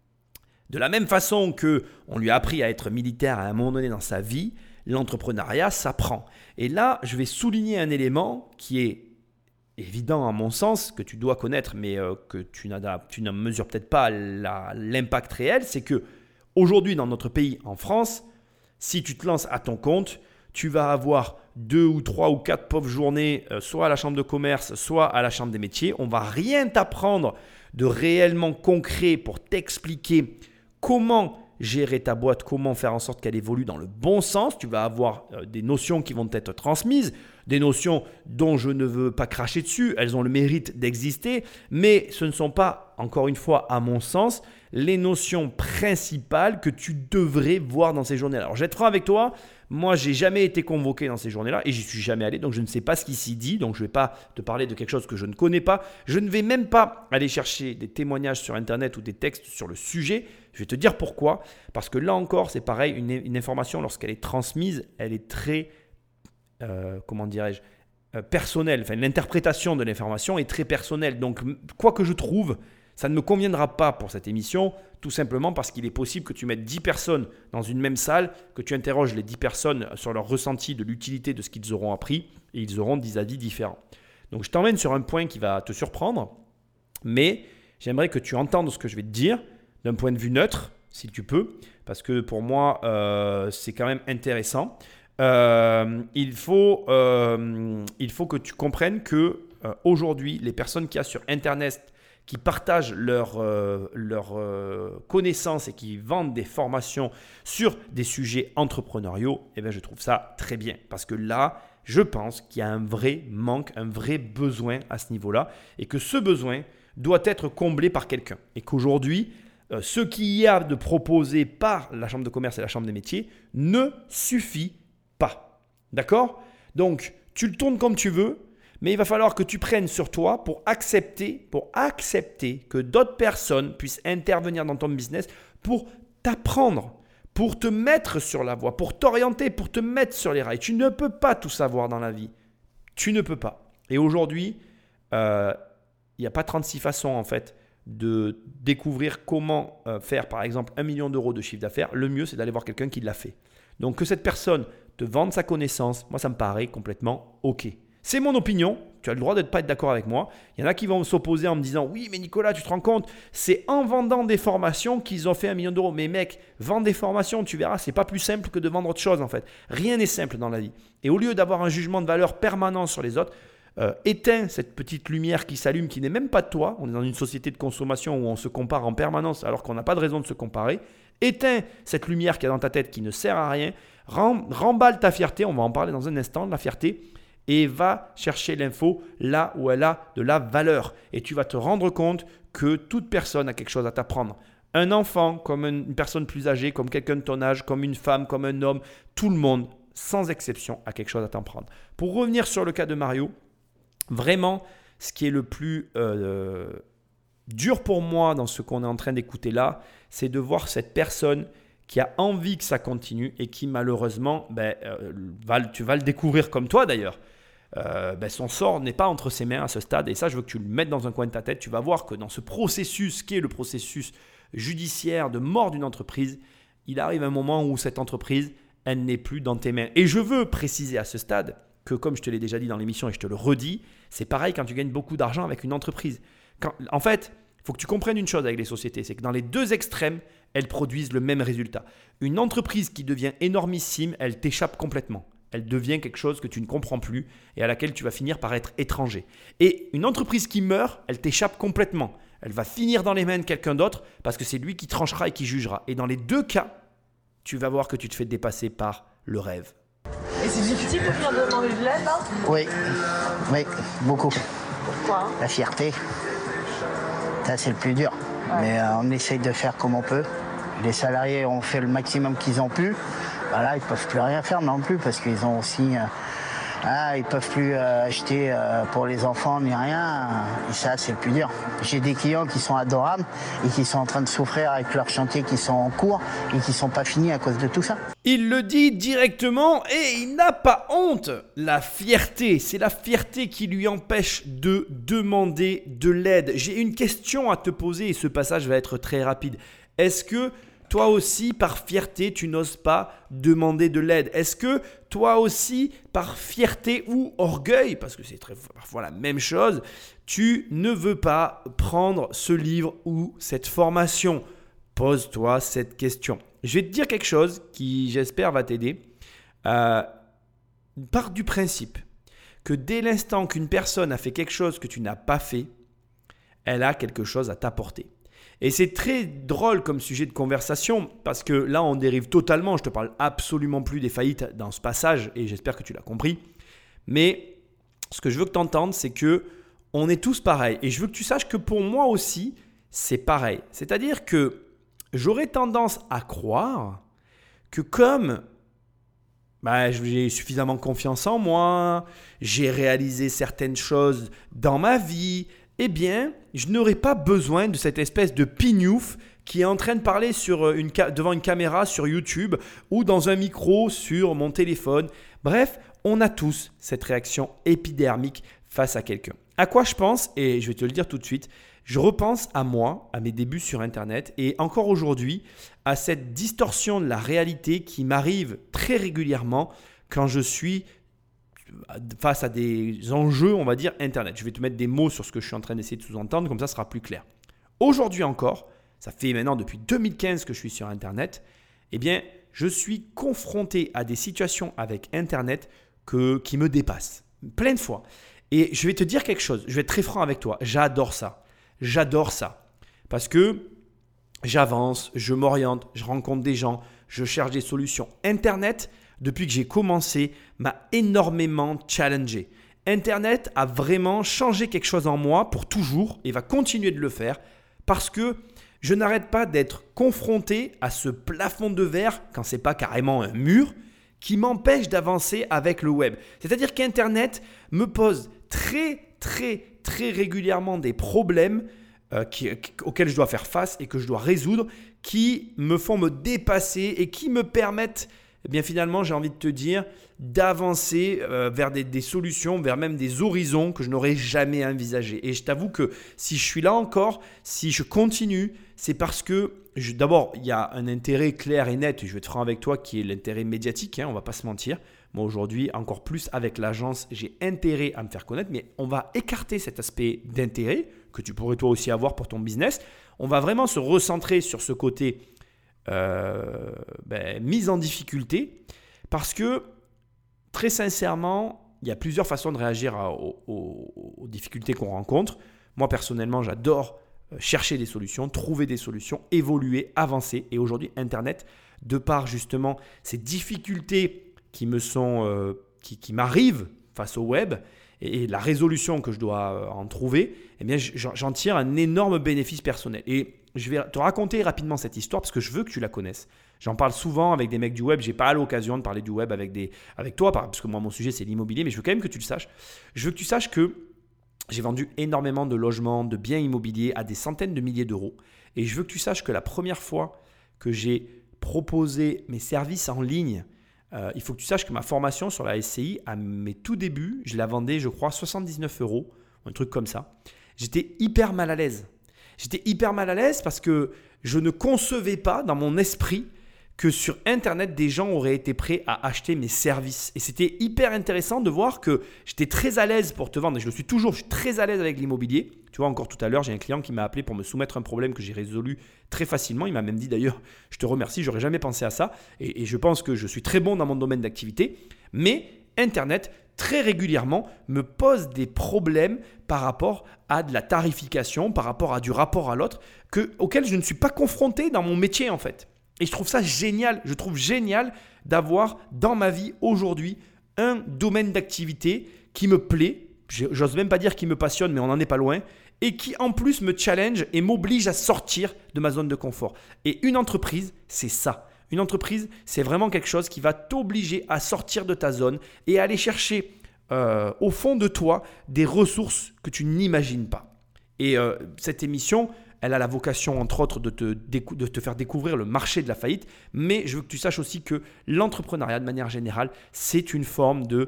de la même façon qu'on lui a appris à être militaire à un moment donné dans sa vie, l'entrepreneuriat s'apprend. Et là, je vais souligner un élément qui est évident à mon sens, que tu dois connaître, mais que tu n'en mesures peut-être pas l'impact réel, c'est que aujourd'hui, dans notre pays, en France, si tu te lances à ton compte, tu vas avoir 2 ou 3 ou 4 pauvres journées, soit à la chambre de commerce, soit à la chambre des métiers. On ne va rien t'apprendre de réellement concret pour t'expliquer comment gérer ta boîte, comment faire en sorte qu'elle évolue dans le bon sens. Tu vas avoir des notions qui vont t'être transmises, des notions dont je ne veux pas cracher dessus. Elles ont le mérite d'exister, mais ce ne sont pas, encore une fois, à mon sens, les notions principales que tu devrais voir dans ces journées-là. Alors, je vais être franc avec toi. Moi, je n'ai jamais été convoqué dans ces journées-là et j'y suis jamais allé, donc je ne sais pas ce qui s'y dit, donc je ne vais pas te parler de quelque chose que je ne connais pas. Je ne vais même pas aller chercher des témoignages sur Internet ou des textes sur le sujet. Je vais te dire pourquoi. Parce que là encore, c'est pareil, une information, lorsqu'elle est transmise, elle est très, personnelle. Enfin, l'interprétation de l'information est très personnelle. Donc, quoi que je trouve, ça ne me conviendra pas pour cette émission, tout simplement parce qu'il est possible que tu mettes 10 personnes dans une même salle, que tu interroges les 10 personnes sur leur ressenti de l'utilité de ce qu'ils auront appris et ils auront des avis différents. Donc, je t'emmène sur un point qui va te surprendre, mais j'aimerais que tu entendes ce que je vais te dire d'un point de vue neutre, si tu peux, parce que pour moi, c'est quand même intéressant. Il faut que tu comprennes que aujourd'hui, les personnes qu'il y a sur Internet qui partagent leurs connaissances et qui vendent des formations sur des sujets entrepreneuriaux, eh bien, je trouve ça très bien. Parce que là, je pense qu'il y a un vrai manque, un vrai besoin à ce niveau-là et que ce besoin doit être comblé par quelqu'un. Et qu'aujourd'hui, ce qu'il y a de proposé par la Chambre de commerce et la Chambre des métiers ne suffit pas. D'accord ? Donc, tu le tournes comme tu veux, mais il va falloir que tu prennes sur toi pour accepter que d'autres personnes puissent intervenir dans ton business pour t'apprendre, pour te mettre sur la voie, pour t'orienter, pour te mettre sur les rails. Tu ne peux pas tout savoir dans la vie. Tu ne peux pas. Et aujourd'hui, il n'y a pas 36 façons en fait de découvrir comment faire par exemple 1 million d'euros de chiffre d'affaires. Le mieux, c'est d'aller voir quelqu'un qui l'a fait. Donc que cette personne te vende sa connaissance, moi ça me paraît complètement OK. C'est mon opinion, tu as le droit de ne pas être d'accord avec moi. Il y en a qui vont s'opposer en me disant « Oui, mais Nicolas, tu te rends compte, c'est en vendant des formations qu'ils ont fait 1 million d'euros. » Mais mec, vendre des formations, tu verras, c'est pas plus simple que de vendre autre chose en fait. Rien n'est simple dans la vie. Et au lieu d'avoir un jugement de valeur permanent sur les autres, éteins cette petite lumière qui s'allume, qui n'est même pas de toi. On est dans une société de consommation où on se compare en permanence alors qu'on n'a pas de raison de se comparer. Éteins cette lumière qui est dans ta tête qui ne sert à rien. Remballe ta fierté, on va en parler dans un instant, de la fierté. Et va chercher l'info là où elle a de la valeur. Et tu vas te rendre compte que toute personne a quelque chose à t'apprendre. Un enfant, comme une personne plus âgée, comme quelqu'un de ton âge, comme une femme, comme un homme, tout le monde, sans exception, a quelque chose à t'apprendre. Pour revenir sur le cas de Mario, vraiment, ce qui est le plus dur pour moi dans ce qu'on est en train d'écouter là, c'est de voir cette personne qui a envie que ça continue et qui malheureusement, tu vas le découvrir comme toi d'ailleurs. Son sort n'est pas entre ses mains à ce stade et ça je veux que tu le mettes dans un coin de ta tête. Tu vas voir que dans ce processus qui est le processus judiciaire de mort d'une entreprise, il arrive un moment où cette entreprise, elle n'est plus dans tes mains. Et je veux préciser à ce stade que comme je te l'ai déjà dit dans l'émission et je te le redis, c'est pareil quand tu gagnes beaucoup d'argent avec une entreprise. En fait, il faut que tu comprennes une chose avec les sociétés, c'est que dans les deux extrêmes, elles produisent le même résultat. Une entreprise qui devient énormissime, elle t'échappe complètement. Elle devient quelque chose que tu ne comprends plus et à laquelle tu vas finir par être étranger. Et une entreprise qui meurt, elle t'échappe complètement. Elle va finir dans les mains de quelqu'un d'autre parce que c'est lui qui tranchera et qui jugera. Et dans les deux cas, tu vas voir que tu te fais dépasser par le rêve. Et c'est difficile de venir demander de l'aide, hein ? Oui, beaucoup. Pourquoi ? La fierté, ça c'est le plus dur. Ouais. Mais on essaye de faire comme on peut. Les salariés ont fait le maximum qu'ils ont pu. Là, ils ne peuvent plus rien faire non plus parce qu'ils ont aussi... ils ne peuvent plus acheter pour les enfants ni rien. Et ça, c'est le plus dur. J'ai des clients qui sont adorables et qui sont en train de souffrir avec leurs chantiers qui sont en cours et qui ne sont pas finis à cause de tout ça. Il le dit directement et il n'a pas honte. La fierté, c'est la fierté qui lui empêche de demander de l'aide. J'ai une question à te poser et ce passage va être très rapide. Est-ce que toi aussi, par fierté, tu n'oses pas demander de l'aide? Est-ce que toi aussi, par fierté ou orgueil, parce que c'est parfois la même chose, tu ne veux pas prendre ce livre ou cette formation? Pose-toi cette question. Je vais te dire quelque chose qui, j'espère, va t'aider. Pars du principe que dès l'instant qu'une personne a fait quelque chose que tu n'as pas fait, elle a quelque chose à t'apporter. Et c'est très drôle comme sujet de conversation parce que là, on dérive totalement. Je ne te parle absolument plus des faillites dans ce passage et j'espère que tu l'as compris. Mais ce que je veux que tu entendes, c'est qu'on est tous pareils. Et je veux que tu saches que pour moi aussi, c'est pareil. C'est-à-dire que j'aurais tendance à croire que comme j'ai suffisamment confiance en moi, j'ai réalisé certaines choses dans ma vie, eh bien, je n'aurai pas besoin de cette espèce de pignouf qui est en train de parler devant une caméra sur YouTube ou dans un micro sur mon téléphone. Bref, on a tous cette réaction épidermique face à quelqu'un. À quoi je pense? Et je vais te le dire tout de suite. Je repense à moi, à mes débuts sur Internet et encore aujourd'hui à cette distorsion de la réalité qui m'arrive très régulièrement quand je suis face à des enjeux, on va dire, Internet. Je vais te mettre des mots sur ce que je suis en train d'essayer de sous-entendre, comme ça sera plus clair. Aujourd'hui encore, ça fait maintenant depuis 2015 que je suis sur Internet, eh bien, je suis confronté à des situations avec Internet qui me dépassent, plein de fois. Et je vais te dire quelque chose, je vais être très franc avec toi, j'adore ça. J'adore ça. Parce que j'avance, je m'oriente, je rencontre des gens, je cherche des solutions. Internet, depuis que j'ai commencé, m'a énormément challengé. Internet a vraiment changé quelque chose en moi pour toujours et va continuer de le faire parce que je n'arrête pas d'être confronté à ce plafond de verre, quand ce n'est pas carrément un mur, qui m'empêche d'avancer avec le web. C'est-à-dire qu'Internet me pose très régulièrement des problèmes auxquels je dois faire face et que je dois résoudre, qui me font me dépasser et qui me permettent, eh bien finalement, j'ai envie de te dire, d'avancer vers des solutions, vers même des horizons que je n'aurais jamais envisagés. Et je t'avoue que si je suis là encore, si je continue, c'est parce que d'abord, il y a un intérêt clair et net, et je vais être franc avec toi, qui est l'intérêt médiatique, on ne va pas se mentir. Moi aujourd'hui, encore plus avec l'agence, j'ai intérêt à me faire connaître, mais on va écarter cet aspect d'intérêt que tu pourrais toi aussi avoir pour ton business. On va vraiment se recentrer sur ce côté mise en difficulté parce que très sincèrement, il y a plusieurs façons de réagir aux difficultés qu'on rencontre. Moi personnellement, j'adore chercher des solutions, trouver des solutions, évoluer, avancer. Et aujourd'hui, Internet, de par justement ces difficultés qui m'arrivent face au web et la résolution que je dois en trouver, eh bien, j'en tire un énorme bénéfice personnel. Et je vais te raconter rapidement cette histoire parce que je veux que tu la connaisses. J'en parle souvent avec des mecs du web. Je n'ai pas l'occasion de parler du web avec toi parce que moi, mon sujet, c'est l'immobilier. Mais je veux quand même que tu le saches. Je veux que tu saches que j'ai vendu énormément de logements, de biens immobiliers à des centaines de milliers d'euros. Et je veux que tu saches que la première fois que j'ai proposé mes services en ligne, il faut que tu saches que ma formation sur la SCI, à mes tout débuts, je la vendais, je crois, 79 €, un truc comme ça. J'étais hyper mal à l'aise. J'étais hyper mal à l'aise parce que je ne concevais pas dans mon esprit que sur Internet, des gens auraient été prêts à acheter mes services. Et c'était hyper intéressant de voir que j'étais très à l'aise pour te vendre. Et je le suis toujours, je suis très à l'aise avec l'immobilier. Tu vois, encore tout à l'heure, j'ai un client qui m'a appelé pour me soumettre un problème que j'ai résolu très facilement. Il m'a même dit d'ailleurs, je te remercie, j'aurais jamais pensé à ça. Et je pense que je suis très bon dans mon domaine d'activité. Mais Internet, très régulièrement, me pose des problèmes par rapport à de la tarification, par rapport à du rapport à l'autre, auquel je ne suis pas confronté dans mon métier en fait. Et je trouve ça génial, je trouve génial d'avoir dans ma vie aujourd'hui un domaine d'activité qui me plaît, j'ose même pas dire qui me passionne, mais on n'en est pas loin, et qui en plus me challenge et m'oblige à sortir de ma zone de confort. Et une entreprise, c'est ça. Une entreprise, c'est vraiment quelque chose qui va t'obliger à sortir de ta zone et à aller chercher au fond de toi des ressources que tu n'imagines pas. Et cette émission, elle a la vocation, entre autres, de te faire découvrir le marché de la faillite. Mais je veux que tu saches aussi que l'entrepreneuriat, de manière générale, c'est une forme de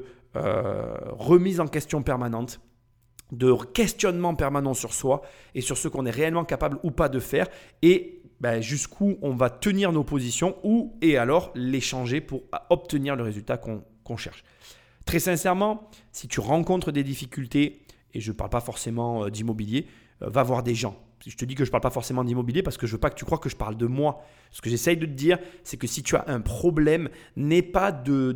remise en question permanente, de questionnement permanent sur soi et sur ce qu'on est réellement capable ou pas de faire. Et jusqu'où on va tenir nos positions et alors les changer pour obtenir le résultat qu'on cherche. Très sincèrement, si tu rencontres des difficultés, et je ne parle pas forcément d'immobilier, va voir des gens. Je te dis que je ne parle pas forcément d'immobilier parce que je ne veux pas que tu crois que je parle de moi. Ce que j'essaye de te dire, c'est que si tu as un problème, n'aie pas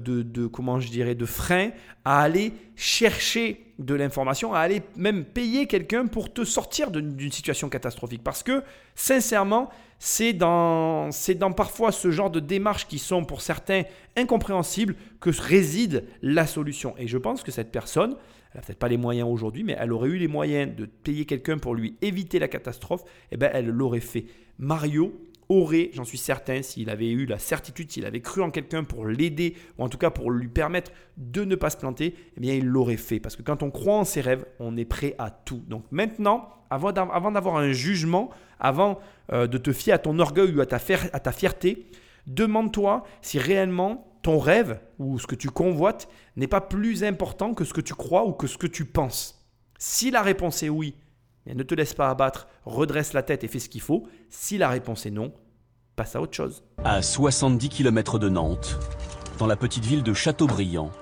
de frein à aller chercher de l'information, à aller même payer quelqu'un pour te sortir d'une situation catastrophique. Parce que sincèrement, c'est dans parfois ce genre de démarches qui sont pour certains incompréhensibles que réside la solution. Et je pense que cette personne, elle n'a peut-être pas les moyens aujourd'hui, mais elle aurait eu les moyens de payer quelqu'un pour lui éviter la catastrophe, elle l'aurait fait. Mario aurait, j'en suis certain, s'il avait eu la certitude, s'il avait cru en quelqu'un pour l'aider, ou en tout cas pour lui permettre de ne pas se planter, il l'aurait fait. Parce que quand on croit en ses rêves, on est prêt à tout. Donc maintenant, avant d'avoir un jugement, avant de te fier à ton orgueil ou à ta fierté, demande-toi si réellement ton rêve ou ce que tu convoites n'est pas plus important que ce que tu crois ou que ce que tu penses. Si la réponse est oui, ne te laisse pas abattre, redresse la tête et fais ce qu'il faut. Si la réponse est non, passe à autre chose. À 70 km de Nantes, dans la petite ville de Châteaubriand,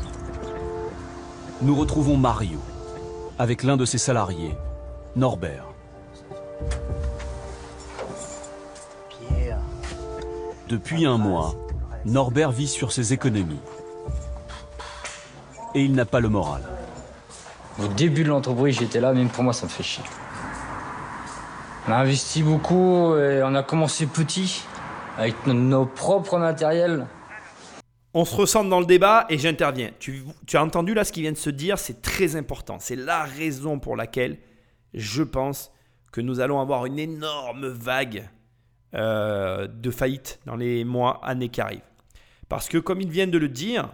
nous retrouvons Mario avec l'un de ses salariés, Norbert. Depuis un mois, Norbert vit sur ses économies. Et il n'a pas le moral. Au début de l'entreprise, j'étais là, même pour moi, ça me fait chier. On a investi beaucoup et on a commencé petit, avec nos propres matériels. On se ressent dans le débat et j'interviens. Tu as entendu là ce qui vient de se dire, c'est très important. C'est la raison pour laquelle je pense que nous allons avoir une énorme vague de faillite dans les mois, années qui arrivent. Parce que comme ils viennent de le dire,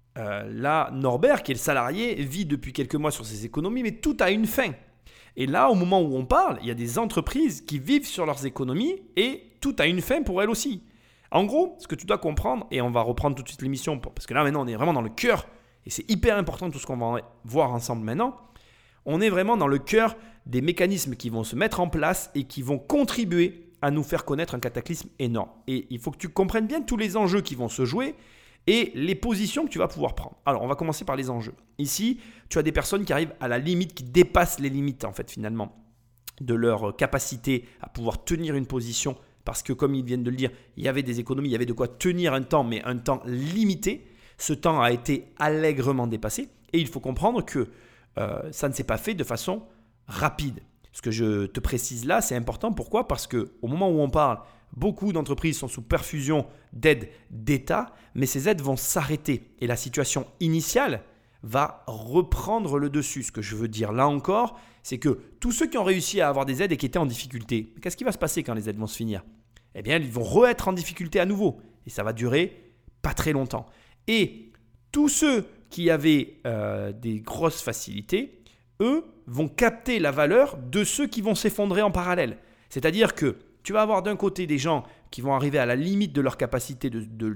là, Norbert, qui est le salarié, vit depuis quelques mois sur ses économies, mais tout a une fin. Et là, au moment où on parle, il y a des entreprises qui vivent sur leurs économies et tout a une fin pour elles aussi. En gros, ce que tu dois comprendre, et on va reprendre tout de suite l'émission, parce que là maintenant on est vraiment dans le cœur, et c'est hyper important tout ce qu'on va voir ensemble maintenant, on est vraiment dans le cœur des mécanismes qui vont se mettre en place et qui vont contribuer à nous faire connaître un cataclysme énorme. Et il faut que tu comprennes bien tous les enjeux qui vont se jouer et les positions que tu vas pouvoir prendre. Alors, on va commencer par les enjeux. Ici, tu as des personnes qui arrivent à la limite, qui dépassent les limites en fait finalement de leur capacité à pouvoir tenir une position parce que comme ils viennent de le dire, il y avait des économies, il y avait de quoi tenir un temps, mais un temps limité. Ce temps a été allègrement dépassé et il faut comprendre que ça ne s'est pas fait de façon rapide. Ce que je te précise là, c'est important. Pourquoi ? Parce qu'au moment où on parle, beaucoup d'entreprises sont sous perfusion d'aides d'État, mais ces aides vont s'arrêter et la situation initiale va reprendre le dessus. Ce que je veux dire là encore, c'est que tous ceux qui ont réussi à avoir des aides et qui étaient en difficulté, qu'est-ce qui va se passer quand les aides vont se finir ? Eh bien, ils vont re-être en difficulté à nouveau et ça va durer pas très longtemps. Et tous ceux qui avaient des grosses facilités, eux, vont capter la valeur de ceux qui vont s'effondrer en parallèle. C'est-à-dire que tu vas avoir d'un côté des gens qui vont arriver à la limite de leur capacité de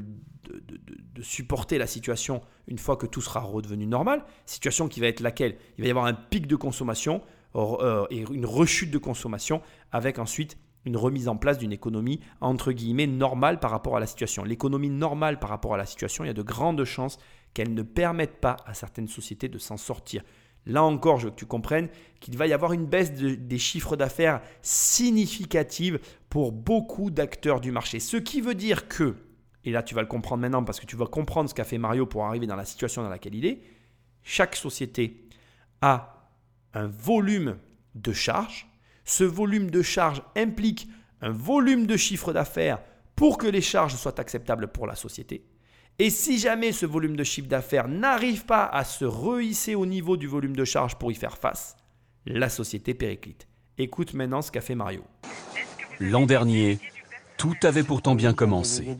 supporter la situation une fois que tout sera redevenu normal. Situation qui va être laquelle ? Il va y avoir un pic de consommation et une rechute de consommation avec ensuite une remise en place d'une économie entre guillemets normale par rapport à la situation. L'économie normale par rapport à la situation, il y a de grandes chances qu'elle ne permette pas à certaines sociétés de s'en sortir. Là encore, je veux que tu comprennes qu'il va y avoir une baisse des chiffres d'affaires significative pour beaucoup d'acteurs du marché. Ce qui veut dire que, et là tu vas le comprendre maintenant parce que tu vas comprendre ce qu'a fait Mario pour arriver dans la situation dans laquelle il est, chaque société a un volume de charges. Ce volume de charges implique un volume de chiffre d'affaires pour que les charges soient acceptables pour la société. Et si jamais ce volume de chiffre d'affaires n'arrive pas à se rehisser au niveau du volume de charge pour y faire face, la société périclite. Écoute maintenant ce qu'a fait Mario. L'an dernier, tout avait pourtant bien commencé.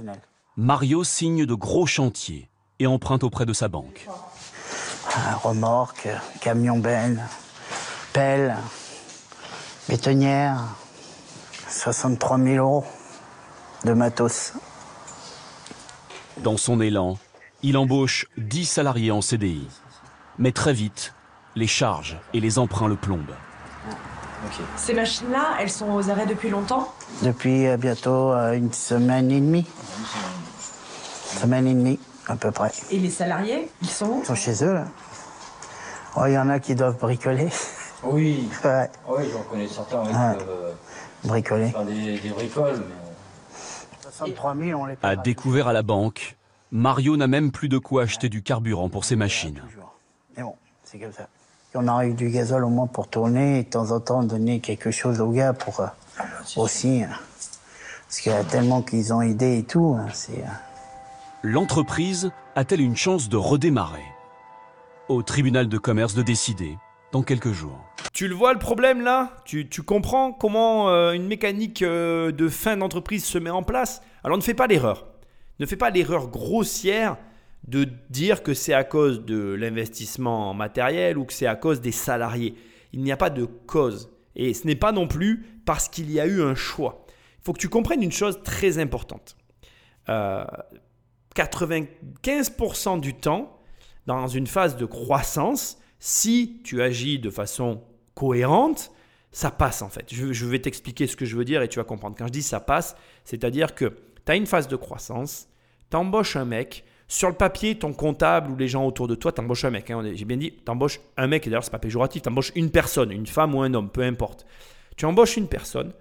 Mario signe de gros chantiers et emprunte auprès de sa banque. Remorque, camion benne, pelle, bétonnière, 63 000 € de matos. Dans son élan, il embauche 10 salariés en CDI. Mais très vite, les charges et les emprunts le plombent. Ces machines-là, elles sont aux arrêts depuis longtemps ? Depuis bientôt une semaine et demie. Semaine et demie, à peu près. Et les salariés, ils sont où ? Ils sont chez eux, là. Oh, il y en a qui doivent bricoler. Oui, Ouais. oui, j'en connais certains qui peuvent Bricoler. faire des bricoles, mais... 63 000, on les paie À pas. découvert à la banque, Mario n'a même plus de quoi acheter du carburant pour ses machines. Toujours. Mais bon, c'est comme ça. On aura eu du gazole au moins pour tourner et de temps en temps donner quelque chose aux gars pour aussi. Parce qu'il y a tellement qu'ils ont aidé et tout. C'est... L'entreprise a-t-elle une chance de redémarrer ? Au tribunal de commerce de décider dans quelques jours. Tu le vois le problème là ? Tu comprends comment une mécanique de fin d'entreprise se met en place ? Alors ne fais pas l'erreur. Ne fais pas l'erreur grossière de dire que c'est à cause de l'investissement en matériel ou que c'est à cause des salariés. Il n'y a pas de cause. Et ce n'est pas non plus parce qu'il y a eu un choix. Il faut que tu comprennes une chose très importante. 95% du temps, dans une phase de croissance, si tu agis de façon cohérente, ça passe en fait. Je vais t'expliquer ce que je veux dire et tu vas comprendre. Quand je dis ça passe, c'est-à-dire que tu as une phase de croissance, tu embauches un mec, sur le papier, ton comptable ou les gens autour de toi, tu embauches un mec. Hein, j'ai bien dit, tu embauches un mec, et d'ailleurs ce n'est pas péjoratif, tu embauches une personne, une femme ou un homme, peu importe. Tu embauches une personne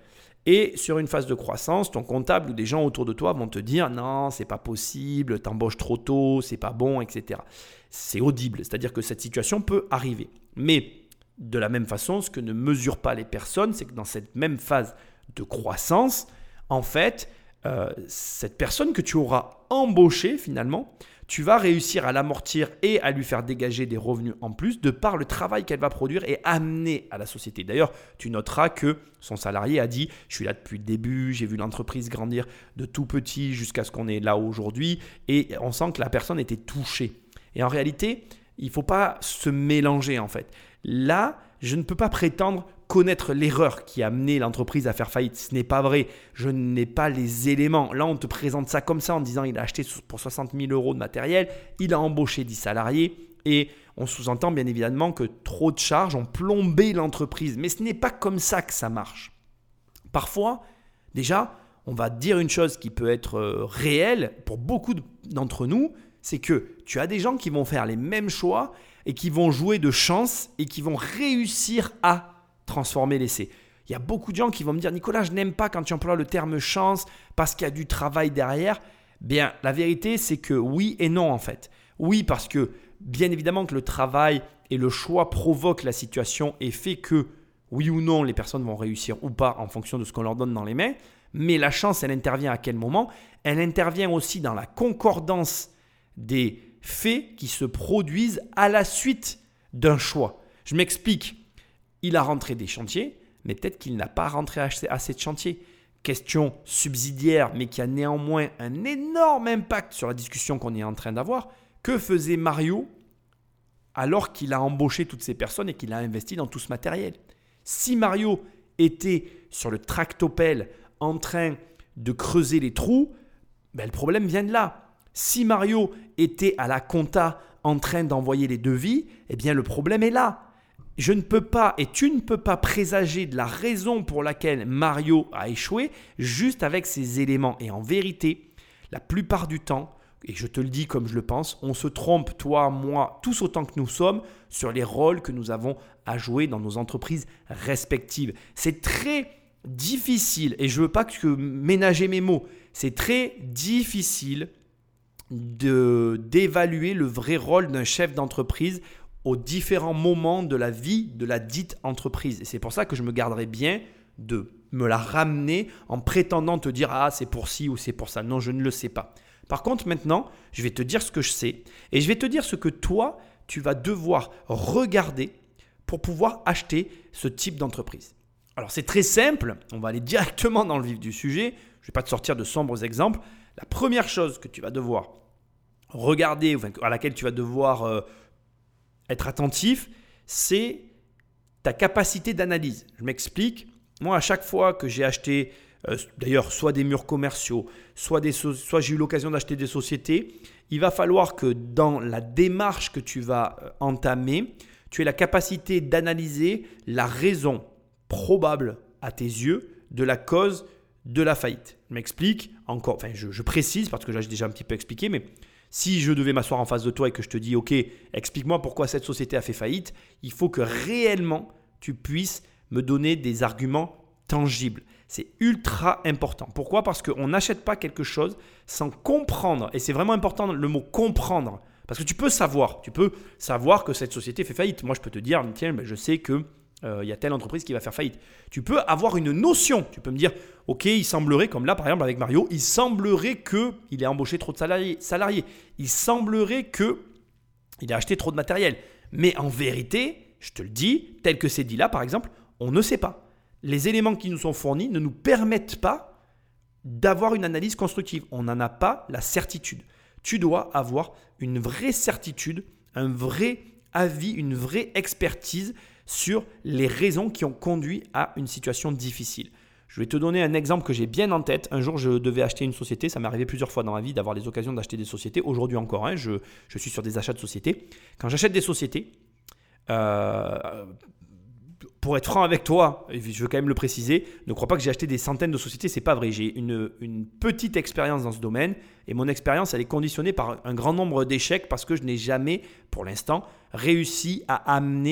Et sur une phase de croissance, ton comptable ou des gens autour de toi vont te dire « Non, c'est pas possible, t'embauches trop tôt, c'est pas bon, etc. » C'est audible, c'est-à-dire que cette situation peut arriver. Mais de la même façon, ce que ne mesurent pas les personnes, c'est que dans cette même phase de croissance, en fait, cette personne que tu auras embauchée finalement, tu vas réussir à l'amortir et à lui faire dégager des revenus en plus de par le travail qu'elle va produire et amener à la société. D'ailleurs, tu noteras que son salarié a dit « Je suis là depuis le début, j'ai vu l'entreprise grandir de tout petit jusqu'à ce qu'on est là aujourd'hui » et on sent que la personne était touchée. Et en réalité, il ne faut pas se mélanger en fait. Là, je ne peux pas prétendre connaître l'erreur qui a amené l'entreprise à faire faillite. Ce n'est pas vrai. Je n'ai pas les éléments. Là, on te présente ça comme ça en disant il a acheté pour 60 000 € de matériel, il a embauché 10 salariés et on sous-entend bien évidemment que trop de charges ont plombé l'entreprise. Mais ce n'est pas comme ça que ça marche. Parfois, déjà, on va dire une chose qui peut être réelle pour beaucoup d'entre nous, c'est que tu as des gens qui vont faire les mêmes choix et qui vont jouer de chance et qui vont réussir à transformer l'essai. Il y a beaucoup de gens qui vont me dire « Nicolas, je n'aime pas quand tu emploies le terme chance parce qu'il y a du travail derrière. » Bien, la vérité, c'est que oui et non en fait. Oui, parce que bien évidemment que le travail et le choix provoquent la situation et fait que oui ou non, les personnes vont réussir ou pas en fonction de ce qu'on leur donne dans les mains. Mais la chance, elle intervient à quel moment ? Elle intervient aussi dans la concordance des faits qui se produisent à la suite d'un choix. Je m'explique. Il a rentré des chantiers, mais peut-être qu'il n'a pas rentré assez de chantiers. Question subsidiaire, mais qui a néanmoins un énorme impact sur la discussion qu'on est en train d'avoir. Que faisait Mario alors qu'il a embauché toutes ces personnes et qu'il a investi dans tout ce matériel ? Si Mario était sur le tractopelle en train de creuser les trous, ben le problème vient de là. Si Mario était à la compta en train d'envoyer les devis, eh bien le problème est là. Je ne peux pas et tu ne peux pas présager de la raison pour laquelle Mario a échoué juste avec ces éléments. Et en vérité, la plupart du temps, et je te le dis comme je le pense, on se trompe, toi, moi, tous autant que nous sommes, sur les rôles que nous avons à jouer dans nos entreprises respectives. C'est très difficile, et je ne veux pas que ménager mes mots, c'est très difficile d'évaluer le vrai rôle d'un chef d'entreprise aux différents moments de la vie de la dite entreprise. Et c'est pour ça que je me garderai bien de me la ramener en prétendant te dire « Ah, c'est pour ci ou c'est pour ça ». Non, je ne le sais pas. Par contre, maintenant, je vais te dire ce que je sais et je vais te dire ce que toi, tu vas devoir regarder pour pouvoir acheter ce type d'entreprise. Alors, c'est très simple. On va aller directement dans le vif du sujet. Je ne vais pas te sortir de sombres exemples. La première chose que tu vas devoir regarder, à laquelle tu vas devoir être attentif, c'est ta capacité d'analyse. Je m'explique. Moi, à chaque fois que j'ai acheté, d'ailleurs, soit des murs commerciaux, soit j'ai eu l'occasion d'acheter des sociétés, il va falloir que dans la démarche que tu vas entamer, tu aies la capacité d'analyser la raison probable à tes yeux de la cause de la faillite. Je m'explique encore, je précise parce que là, j'ai déjà un petit peu expliqué, mais si je devais m'asseoir en face de toi et que je te dis « Ok, explique-moi pourquoi cette société a fait faillite », il faut que réellement tu puisses me donner des arguments tangibles. C'est ultra important. Pourquoi ? Parce qu'on n'achète pas quelque chose sans comprendre. Et c'est vraiment important le mot « comprendre ». Parce que tu peux savoir que cette société fait faillite. Moi, je peux te dire « Tiens, je sais que… il y a telle entreprise qui va faire faillite. » Tu peux avoir une notion. Tu peux me dire, ok, il semblerait, comme là par exemple avec Mario, il semblerait qu'il ait embauché trop de salariés. Il semblerait qu'il ait acheté trop de matériel. Mais en vérité, je te le dis, tel que c'est dit là par exemple, on ne sait pas. Les éléments qui nous sont fournis ne nous permettent pas d'avoir une analyse constructive. On n'en a pas la certitude. Tu dois avoir une vraie certitude, un vrai avis, une vraie expertise sur les raisons qui ont conduit à une situation difficile. Je vais te donner un exemple que j'ai bien en tête. Un jour, je devais acheter une société. Ça m'est arrivé plusieurs fois dans ma vie d'avoir les occasions d'acheter des sociétés. Aujourd'hui encore, je suis sur des achats de sociétés. Quand j'achète des sociétés, pour être franc avec toi, je veux quand même le préciser, ne crois pas que j'ai acheté des centaines de sociétés. Ce n'est pas vrai. J'ai une petite expérience dans ce domaine et mon expérience, elle est conditionnée par un grand nombre d'échecs parce que je n'ai jamais, pour l'instant, réussi à amener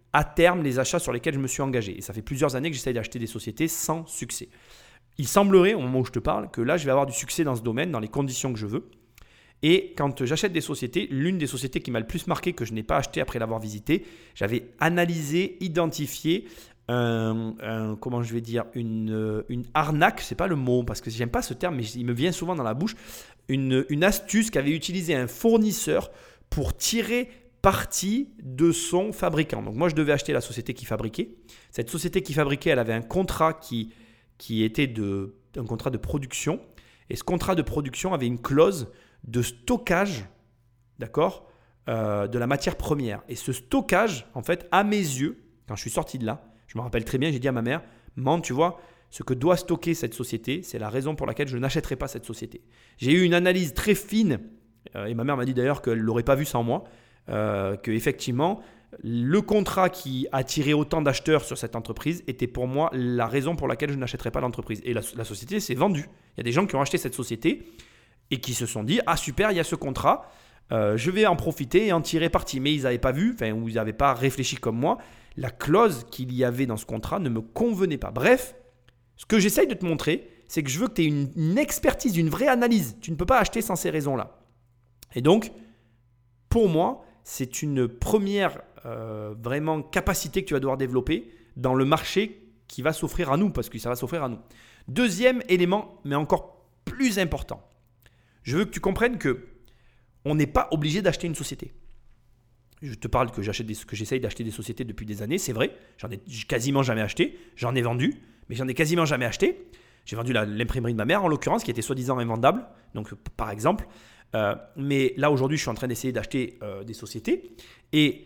à terme les achats sur lesquels je me suis engagé. Et ça fait plusieurs années que j'essaye d'acheter des sociétés sans succès. Il semblerait, au moment où je te parle, que là, je vais avoir du succès dans ce domaine, dans les conditions que je veux. Et quand j'achète des sociétés, l'une des sociétés qui m'a le plus marqué, que je n'ai pas acheté après l'avoir visité, j'avais analysé, identifié comment je vais dire, une arnaque, c'est pas le mot, parce que j'aime pas ce terme, mais il me vient souvent dans la bouche, une astuce qu'avait utilisé un fournisseur pour tirer partie de son fabricant. Donc moi, je devais acheter la société qui fabriquait. Cette société qui fabriquait, elle avait un contrat qui était un contrat de production. Et ce contrat de production avait une clause de stockage, d'accord, de la matière première. Et ce stockage, en fait, à mes yeux, quand je suis sorti de là, je me rappelle très bien, j'ai dit à ma mère, maman, tu vois, ce que doit stocker cette société, c'est la raison pour laquelle je n'achèterai pas cette société. J'ai eu une analyse très fine, et ma mère m'a dit d'ailleurs qu'elle ne l'aurait pas vu sans moi, qu'effectivement, le contrat qui a attiré autant d'acheteurs sur cette entreprise était pour moi la raison pour laquelle je n'achèterais pas l'entreprise. Et la société s'est vendue. Il y a des gens qui ont acheté cette société et qui se sont dit « Ah super, il y a ce contrat, je vais en profiter et en tirer parti. » Mais ils n'avaient pas vu, ou ils n'avaient pas réfléchi comme moi. La clause qu'il y avait dans ce contrat ne me convenait pas. Bref, ce que j'essaye de te montrer, c'est que je veux que tu aies une expertise, une vraie analyse. Tu ne peux pas acheter sans ces raisons-là. Et donc, pour moi, c'est une première vraiment capacité que tu vas devoir développer dans le marché qui va s'offrir à nous, parce que ça va s'offrir à nous. Deuxième élément, mais encore plus important, je veux que tu comprennes qu'on n'est pas obligé d'acheter une société. Je te parle que j'essaye d'acheter des sociétés depuis des années, c'est vrai, j'en ai quasiment jamais acheté, j'en ai vendu, mais j'en ai quasiment jamais acheté. J'ai vendu l'imprimerie de ma mère en l'occurrence, qui était soi-disant invendable, donc par exemple. Mais là aujourd'hui je suis en train d'essayer d'acheter des sociétés et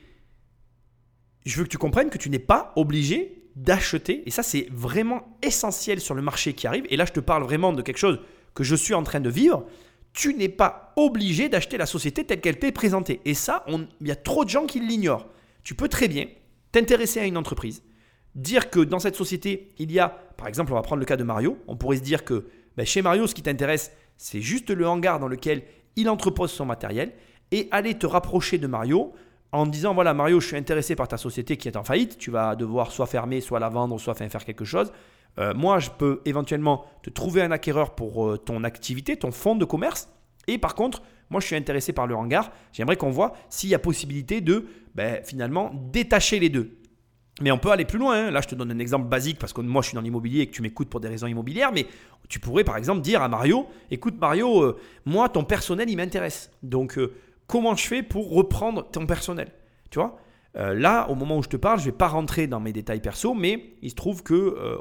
je veux que tu comprennes que tu n'es pas obligé d'acheter, et ça c'est vraiment essentiel sur le marché qui arrive, et là je te parle vraiment de quelque chose que je suis en train de vivre. Tu n'es pas obligé d'acheter la société telle qu'elle t'est présentée, et ça il y a trop de gens qui l'ignorent. Tu peux très bien t'intéresser à une entreprise, dire que dans cette société il y a, par exemple on va prendre le cas de Mario, on pourrait se dire que chez Mario ce qui t'intéresse c'est juste le hangar dans lequel il entrepose son matériel, et aller te rapprocher de Mario en disant voilà Mario, je suis intéressé par ta société qui est en faillite, tu vas devoir soit fermer, soit la vendre, soit faire quelque chose. Moi je peux éventuellement te trouver un acquéreur pour ton activité, ton fonds de commerce, et par contre moi je suis intéressé par le hangar, j'aimerais qu'on voit s'il y a possibilité de finalement détacher les deux. Mais on peut aller plus loin, hein. Là je te donne un exemple basique parce que moi je suis dans l'immobilier et que tu m'écoutes pour des raisons immobilières, mais tu pourrais par exemple dire à Mario, écoute Mario, moi ton personnel il m'intéresse, donc comment je fais pour reprendre ton personnel, tu vois. Là au moment où je te parle, je ne vais pas rentrer dans mes détails perso, mais il se trouve que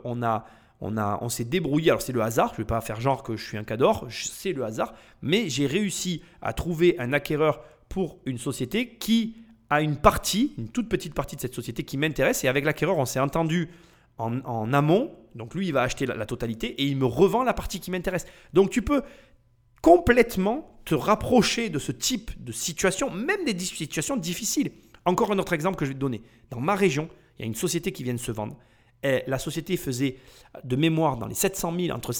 on s'est débrouillé, alors c'est le hasard, je ne vais pas faire genre que je suis un cador, c'est le hasard, mais j'ai réussi à trouver un acquéreur pour une société qui a une toute petite partie de cette société qui m'intéresse, et avec l'acquéreur on s'est entendu en amont, donc lui il va acheter la totalité et il me revend la partie qui m'intéresse. Donc tu peux complètement te rapprocher de ce type de situation, même des situations difficiles. Encore un autre exemple que je vais te donner. Dans ma région, il y a une société qui vient de se vendre. Et la société faisait de mémoire dans les 700 000, entre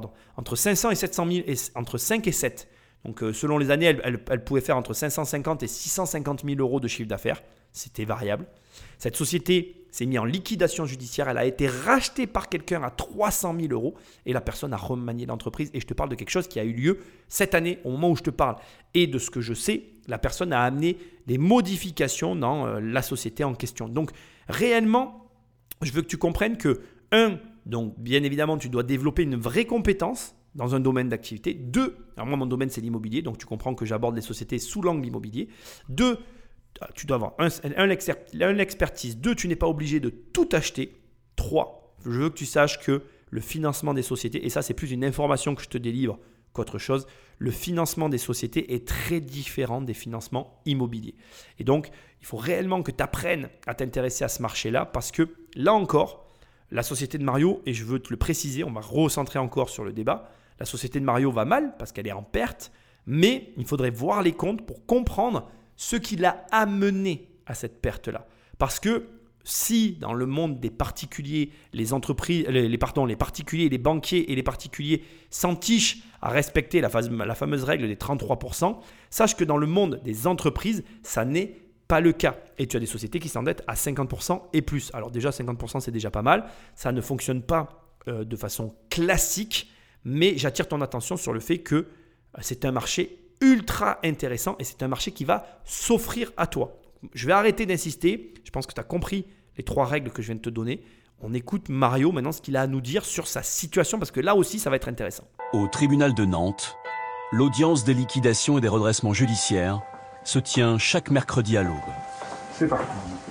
500 et 700 000, et entre 5 et 7. Donc selon les années, elle pouvait faire entre 550 et 650 000 euros de chiffre d'affaires. C'était variable. Cette société s'est mise en liquidation judiciaire. Elle a été rachetée par quelqu'un à 300 000 euros et la personne a remanié l'entreprise. Et je te parle de quelque chose qui a eu lieu cette année, au moment où je te parle. Et de ce que je sais, la personne a amené des modifications dans la société en question. Donc réellement, je veux que tu comprennes que, donc bien évidemment, tu dois développer une vraie compétence dans un domaine d'activité. 2, alors moi mon domaine c'est l'immobilier, donc tu comprends que j'aborde les sociétés sous l'angle immobilier. 2, tu dois avoir l'expertise. 2, tu n'es pas obligé de tout acheter. 3, je veux que tu saches que le financement des sociétés, et ça c'est plus une information que je te délivre qu'autre chose, le financement des sociétés est très différent des financements immobiliers. Et donc il faut réellement que tu apprennes à t'intéresser à ce marché-là, parce que là encore, la société de Mario, et je veux te le préciser, on va recentrer encore sur le débat, la société de Mario va mal parce qu'elle est en perte, mais il faudrait voir les comptes pour comprendre ce qui l'a amené à cette perte-là. Parce que si dans le monde des particuliers, les particuliers, les banquiers et les particuliers s'entichent à respecter la fameuse règle des 33%, sache que dans le monde des entreprises, ça n'est pas le cas. Et tu as des sociétés qui s'endettent à 50% et plus. Alors déjà, 50% c'est déjà pas mal. Ça ne fonctionne pas de façon classique, mais j'attire ton attention sur le fait que c'est un marché ultra intéressant et c'est un marché qui va s'offrir à toi. Je vais arrêter d'insister. Je pense que tu as compris les 3 règles que je viens de te donner. On écoute Mario maintenant ce qu'il a à nous dire sur sa situation parce que là aussi ça va être intéressant. Au tribunal de Nantes, l'audience des liquidations et des redressements judiciaires se tient chaque mercredi à l'aube. C'est parti.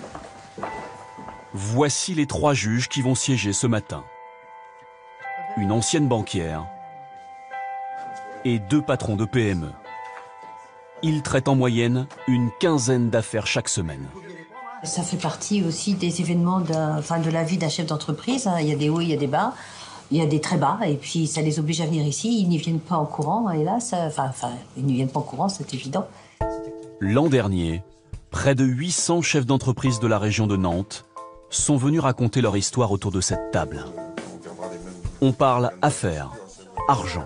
Voici les 3 juges qui vont siéger ce matin. Une ancienne banquière et 2 patrons de PME. Ils traitent en moyenne une quinzaine d'affaires chaque semaine. Ça fait partie aussi des événements de la vie d'un chef d'entreprise. Il y a des hauts, il y a des bas, il y a des très bas, et puis ça les oblige à venir ici. Ils n'y viennent pas en courant, et là, ils n'y viennent pas en courant, c'est évident. L'an dernier, près de 800 chefs d'entreprise de la région de Nantes sont venus raconter leur histoire autour de cette table. On parle affaires, argent.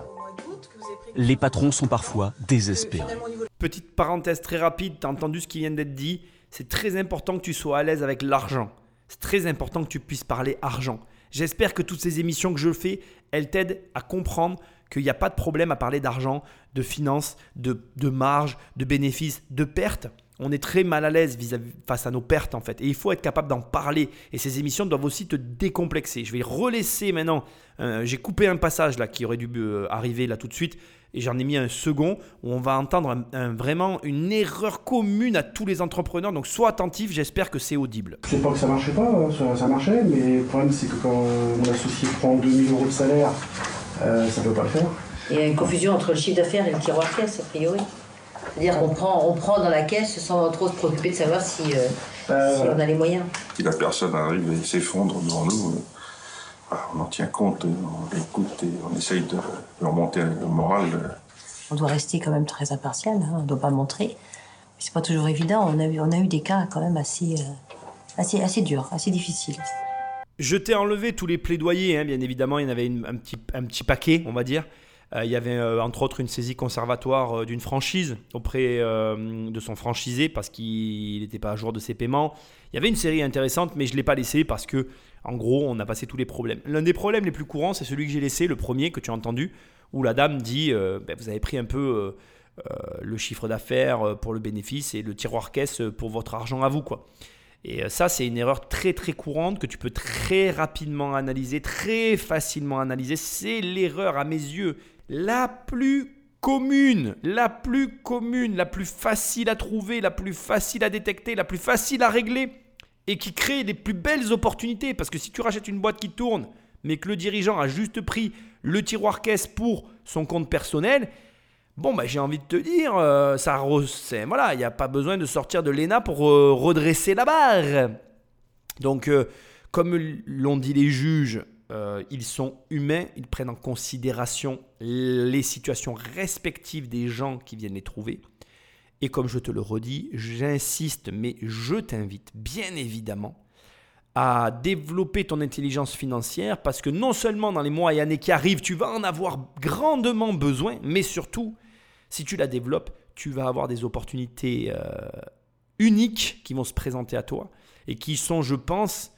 Les patrons sont parfois désespérés. Petite parenthèse très rapide, tu as entendu ce qui vient d'être dit. C'est très important que tu sois à l'aise avec l'argent. C'est très important que tu puisses parler argent. J'espère que toutes ces émissions que je fais, elles t'aident à comprendre qu'il n'y a pas de problème à parler d'argent, de finances, de marge, de bénéfices, de pertes. On est très mal à l'aise face à nos pertes en fait. Et il faut être capable d'en parler. Et ces émissions doivent aussi te décomplexer. Je vais relaisser maintenant. J'ai coupé un passage là qui aurait dû arriver là tout de suite. Et j'en ai mis un second où on va entendre vraiment une erreur commune à tous les entrepreneurs. Donc sois attentif, j'espère que c'est audible. C'est pas que ça marchait pas, ça marchait. Mais le problème c'est que quand mon associé prend 2000 € de salaire, ça peut pas le faire. Il y a une confusion entre le chiffre d'affaires et le tiroir caisse, a priori. C'est-à-dire qu'on prend dans la caisse sans trop se préoccuper de savoir si on a les moyens. Si la personne arrive et s'effondre devant nous, on en tient compte, on l'écoute et on essaye de remonter le moral. On doit rester quand même très impartial, on ne doit pas montrer. Mais c'est pas toujours évident. On a eu des cas quand même assez durs, assez difficiles. Je t'ai enlevé tous les plaidoyers, bien évidemment, il y en avait un petit paquet, on va dire. Il y avait entre autres une saisie conservatoire d'une franchise auprès de son franchisé parce qu'il n'était pas à jour de ses paiements. Il y avait une série intéressante, mais je ne l'ai pas laissé parce que, en gros, on a passé tous les problèmes. L'un des problèmes les plus courants, c'est celui que j'ai laissé, le premier que tu as entendu, où la dame dit vous avez pris un peu le chiffre d'affaires pour le bénéfice et le tiroir caisse pour votre argent à vous, quoi. Et ça, c'est une erreur très très courante que tu peux très rapidement analyser, très facilement analyser. C'est l'erreur à mes yeux la plus commune, la plus facile à trouver, la plus facile à détecter, la plus facile à régler et qui crée les plus belles opportunités. Parce que si tu rachètes une boîte qui tourne, mais que le dirigeant a juste pris le tiroir caisse pour son compte personnel, j'ai envie de te dire, il n'y a pas besoin de sortir de l'ENA pour redresser la barre. Donc, comme l'ont dit les juges, ils sont humains, ils prennent en considération les situations respectives des gens qui viennent les trouver. Et comme je te le redis, j'insiste, mais je t'invite bien évidemment à développer ton intelligence financière parce que non seulement dans les mois et années qui arrivent, tu vas en avoir grandement besoin, mais surtout, si tu la développes, tu vas avoir des opportunités uniques qui vont se présenter à toi et qui sont, je pense,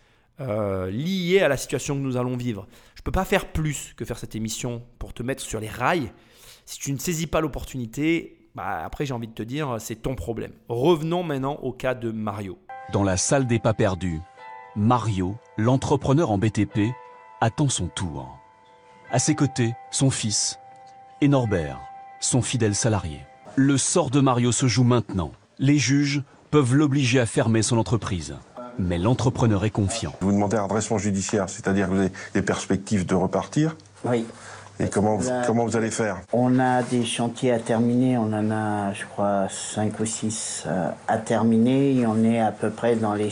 liées à la situation que nous allons vivre. Je ne peux pas faire plus que faire cette émission pour te mettre sur les rails. Si tu ne saisis pas l'opportunité, après j'ai envie de te dire, c'est ton problème. Revenons maintenant au cas de Mario. Dans la salle des pas perdus, Mario, l'entrepreneur en BTP, attend son tour. À ses côtés, son fils et Norbert, son fidèle salarié. Le sort de Mario se joue maintenant. Les juges peuvent l'obliger à fermer son entreprise. Mais l'entrepreneur est confiant. Vous demandez un redressement judiciaire, c'est-à-dire que vous avez des perspectives de repartir ? Oui. Et comment vous allez faire ? On a des chantiers à terminer, on en a, je crois, 5 ou 6 à terminer. Et on est à peu près dans les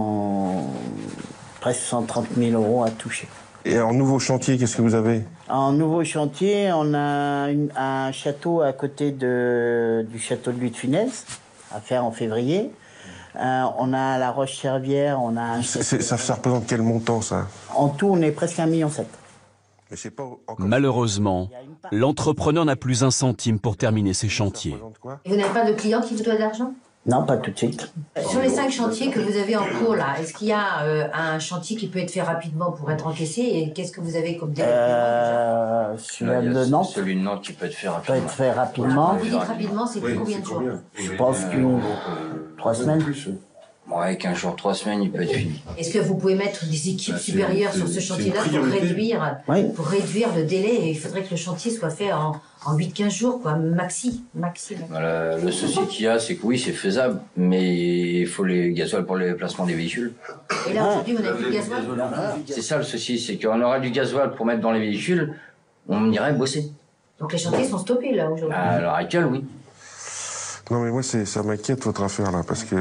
presque 130 000 € à toucher. Et en nouveau chantier, qu'est-ce que vous avez ? En nouveau chantier, on a un château à côté du château de Louis-de-Funès à faire en février. On a la Roche-Servière, on a un ça représente quel montant, ça ? En tout, on est presque 1,7 million. Mais c'est pas encore... Malheureusement, l'entrepreneur n'a plus un centime pour terminer ses chantiers. Vous n'avez pas de client qui vous doit de l'argent ? Non, pas tout de suite. Sur les 5 chantiers que vous avez en cours, là, est-ce qu'il y a un chantier qui peut être fait rapidement pour être encaissé et qu'est-ce que vous avez comme délai Celui de Nantes. Celui de Nantes qui peut être fait rapidement. Peut être fait rapidement. Vous dites rapidement, c'est combien de jours? Je pense qu'une 3 semaines. Ouais, 15 jours, 3 semaines, il peut être fini. Est-ce que vous pouvez mettre des équipes supérieures sur ce chantier-là pour réduire le délai? Il faudrait que le chantier soit fait en 8-15 jours, quoi, maximum. Voilà, le souci qu'il y a, c'est que oui, c'est faisable, mais il faut les gasoils pour le placement des véhicules. Et là, aujourd'hui, on a plus de gasoil? C'est ça le souci, c'est qu'on aura du gasoil pour mettre dans les véhicules, on irait bosser. Donc les chantiers sont stoppés, là, aujourd'hui? À l'heure actuelle, oui. Non, mais moi, ça m'inquiète, votre affaire, là, parce que...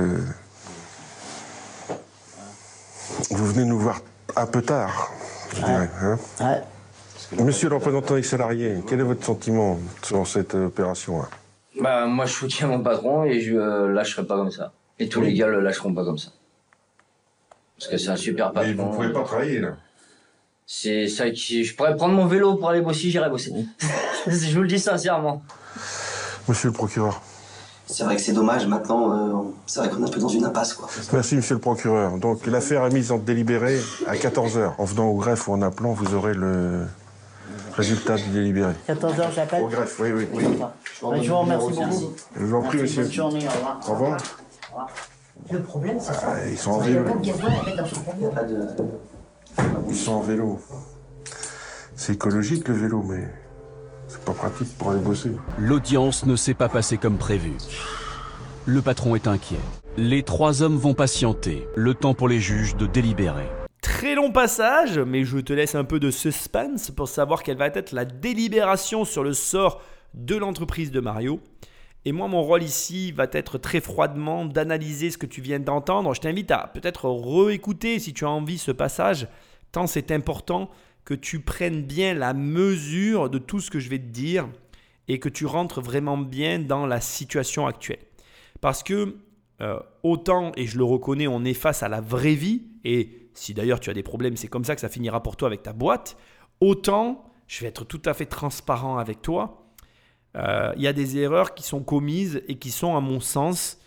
Vous venez nous voir un peu tard, je dirais. Hein Monsieur le représentant des salariés, quel est votre sentiment sur cette opération-là? Bah, moi, je soutiens mon patron et je lâcherai pas comme ça. Et tous les gars le lâcheront pas comme ça. Parce que c'est un super patron. Mais vous pouvez pas travailler, là. C'est ça qui... Je pourrais prendre mon vélo pour aller bosser, j'irai bosser. Je vous le dis sincèrement. Monsieur le procureur. C'est vrai que c'est dommage, maintenant, c'est vrai qu'on est un peu dans une impasse, quoi. Merci, monsieur le procureur. Donc, l'affaire est mise en délibéré à 14h. En venant au greffe ou en appelant, vous aurez le résultat du délibéré. 14h, j'appelle. Au greffe, oui. Je vous remercie beaucoup. Je vous en prie, monsieur. Bonne journée, au revoir. Au revoir. Le problème, c'est ça. Ils sont en Il n'y a vélo. pas de gasoil à mettre dans son camion. Ils sont en vélo. C'est écologique, le vélo, mais... c'est pas pratique pour aller bosser. L'audience ne s'est pas passée comme prévu. Le patron est inquiet. Les 3 hommes vont patienter, le temps pour les juges de délibérer. Très long passage, mais je te laisse un peu de suspense pour savoir quelle va être la délibération sur le sort de l'entreprise de Mario. Et moi, mon rôle ici va être très froidement d'analyser ce que tu viens d'entendre. Je t'invite à peut-être réécouter si tu as envie ce passage, tant c'est important que tu prennes bien la mesure de tout ce que je vais te dire et que tu rentres vraiment bien dans la situation actuelle. Parce que autant, et je le reconnais, on est face à la vraie vie, et si d'ailleurs tu as des problèmes, c'est comme ça que ça finira pour toi avec ta boîte, autant, je vais être tout à fait transparent avec toi, il y a des erreurs qui sont commises et qui sont à mon sens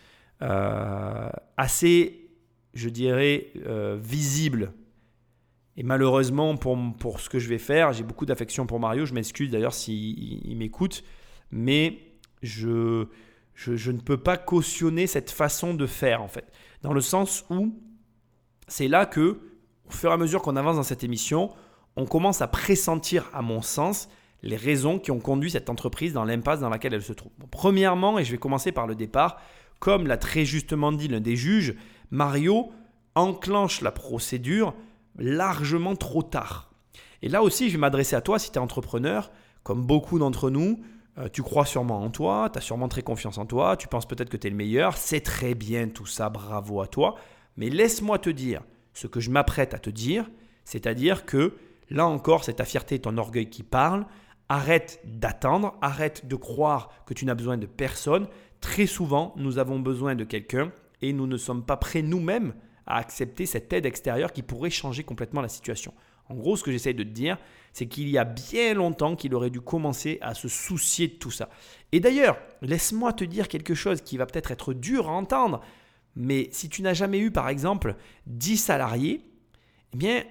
assez, je dirais, visibles. Et malheureusement, pour ce que je vais faire, j'ai beaucoup d'affection pour Mario. Je m'excuse d'ailleurs s'il m'écoute. Mais je ne peux pas cautionner cette façon de faire, en fait. Dans le sens où c'est là que, au fur et à mesure qu'on avance dans cette émission, on commence à pressentir, à mon sens, les raisons qui ont conduit cette entreprise dans l'impasse dans laquelle elle se trouve. Bon, premièrement, et je vais commencer par le départ, comme l'a très justement dit l'un des juges, Mario enclenche la procédure largement trop tard. Et là aussi, je vais m'adresser à toi si tu es entrepreneur, comme beaucoup d'entre nous, tu crois sûrement en toi, tu as sûrement très confiance en toi, tu penses peut-être que tu es le meilleur, c'est très bien tout ça, bravo à toi, mais laisse-moi te dire ce que je m'apprête à te dire, c'est-à-dire que là encore, c'est ta fierté et ton orgueil qui parlent, arrête d'attendre, arrête de croire que tu n'as besoin de personne. Très souvent, nous avons besoin de quelqu'un et nous ne sommes pas prêts nous-mêmes à accepter cette aide extérieure qui pourrait changer complètement la situation. En gros, ce que j'essaye de te dire, c'est qu'il y a bien longtemps qu'il aurait dû commencer à se soucier de tout ça. Et d'ailleurs, laisse-moi te dire quelque chose qui va peut-être être dur à entendre, mais si tu n'as jamais eu, par exemple, 10 salariés, eh bien,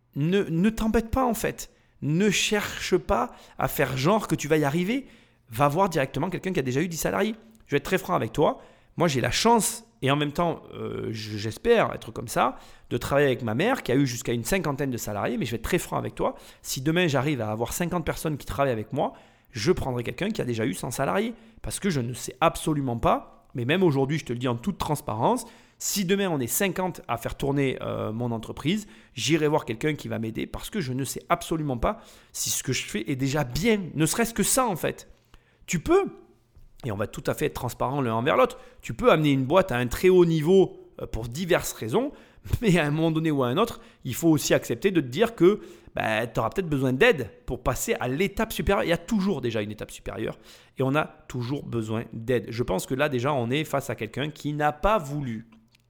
ne t'embête pas en fait. Ne cherche pas à faire genre que tu vas y arriver. Va voir directement quelqu'un qui a déjà eu 10 salariés. Je vais être très franc avec toi. Moi, j'ai la chance, et en même temps, j'espère être comme ça, de travailler avec ma mère qui a eu jusqu'à une 50aine de salariés. Mais je vais être très franc avec toi. Si demain, j'arrive à avoir 50 personnes qui travaillent avec moi, je prendrai quelqu'un qui a déjà eu 100 salariés. Parce que je ne sais absolument pas, mais même aujourd'hui, je te le dis en toute transparence, si demain on est 50 à faire tourner mon entreprise, j'irai voir quelqu'un qui va m'aider parce que je ne sais absolument pas si ce que je fais est déjà bien, ne serait-ce que ça en fait. Tu peux, et on va tout à fait être transparent l'un envers l'autre, tu peux amener une boîte à un très haut niveau pour diverses raisons, mais à un moment donné ou à un autre, il faut aussi accepter de te dire que tu auras peut-être besoin d'aide pour passer à l'étape supérieure. Il y a toujours déjà une étape supérieure et on a toujours besoin d'aide. Je pense que là déjà on est face à quelqu'un qui n'a pas voulu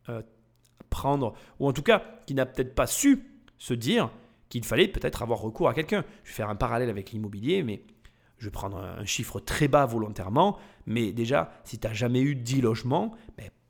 prendre, ou en tout cas qui n'a peut-être pas su se dire qu'il fallait peut-être avoir recours à quelqu'un. Je vais faire un parallèle avec l'immobilier, mais je vais prendre un chiffre très bas volontairement, mais déjà si tu n'as jamais eu 10 logements,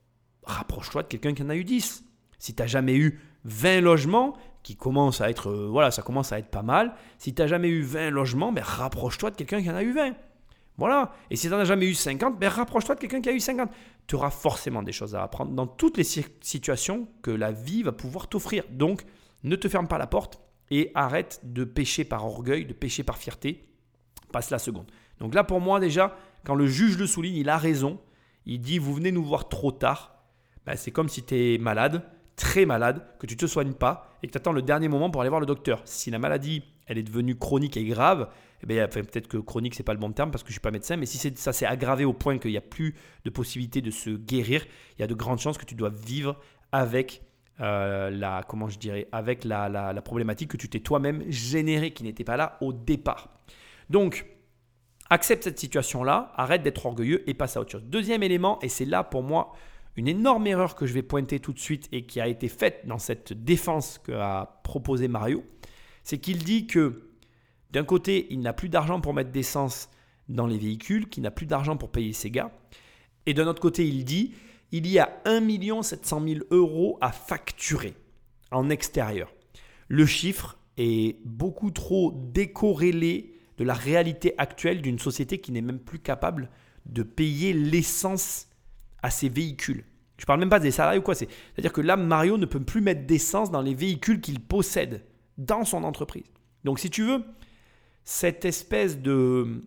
rapproche-toi de quelqu'un qui en a eu 10. Si tu n'as jamais eu 20 logements, qui commence à être, ça commence à être pas mal. Si tu n'as jamais eu 20 logements, rapproche-toi de quelqu'un qui en a eu 20. Voilà. Et si tu n'en as jamais eu 50, rapproche-toi de quelqu'un qui a eu 50. Tu auras forcément des choses à apprendre dans toutes les situations que la vie va pouvoir t'offrir. Donc, ne te ferme pas la porte et arrête de pécher par orgueil, de pécher par fierté. Passe la seconde. Donc là, pour moi, déjà, quand le juge le souligne, il a raison. Il dit, vous venez nous voir trop tard. C'est comme si tu es malade, très malade, que tu ne te soignes pas et que tu attends le dernier moment pour aller voir le docteur. Si la maladie, elle est devenue chronique et grave, peut-être que chronique, ce n'est pas le bon terme parce que je ne suis pas médecin, mais si ça s'est aggravé au point qu'il n'y a plus de possibilité de se guérir, il y a de grandes chances que tu dois vivre avec la problématique que tu t'es toi-même générée, qui n'était pas là au départ. Donc, accepte cette situation-là, arrête d'être orgueilleux et passe à autre chose. Deuxième élément, et c'est là pour moi une énorme erreur que je vais pointer tout de suite et qui a été faite dans cette défense qu'a proposé Mario, c'est qu'il dit que d'un côté, il n'a plus d'argent pour mettre d'essence dans les véhicules, qu'il n'a plus d'argent pour payer ses gars. Et d'un autre côté, il dit il y a 1 700 000 € à facturer en extérieur. Le chiffre est beaucoup trop décorrélé de la réalité actuelle d'une société qui n'est même plus capable de payer l'essence à ses véhicules. Je ne parle même pas des salariés ou quoi. C'est-à-dire que là, Mario ne peut plus mettre d'essence dans les véhicules qu'il possède dans son entreprise. Donc, si tu veux, cette espèce de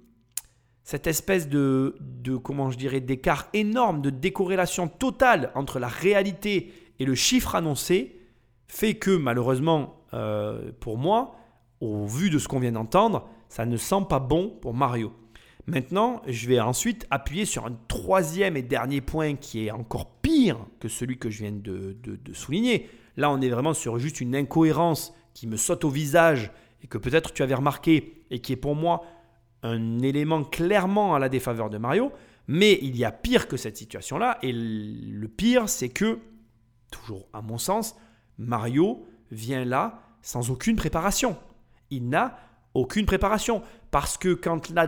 d'écart énorme, de décorrélation totale entre la réalité et le chiffre annoncé fait que malheureusement, pour moi, au vu de ce qu'on vient d'entendre, ça ne sent pas bon pour Mario. Maintenant, je vais ensuite appuyer sur un troisième et dernier point qui est encore pire que celui que je viens de souligner. Là, on est vraiment sur juste une incohérence qui me saute au visage et que peut-être tu avais remarqué et qui est pour moi un élément clairement à la défaveur de Mario. Mais il y a pire que cette situation-là. Et le pire, c'est que, toujours à mon sens, Mario vient là sans aucune préparation. Il n'a aucune préparation. Parce que quand la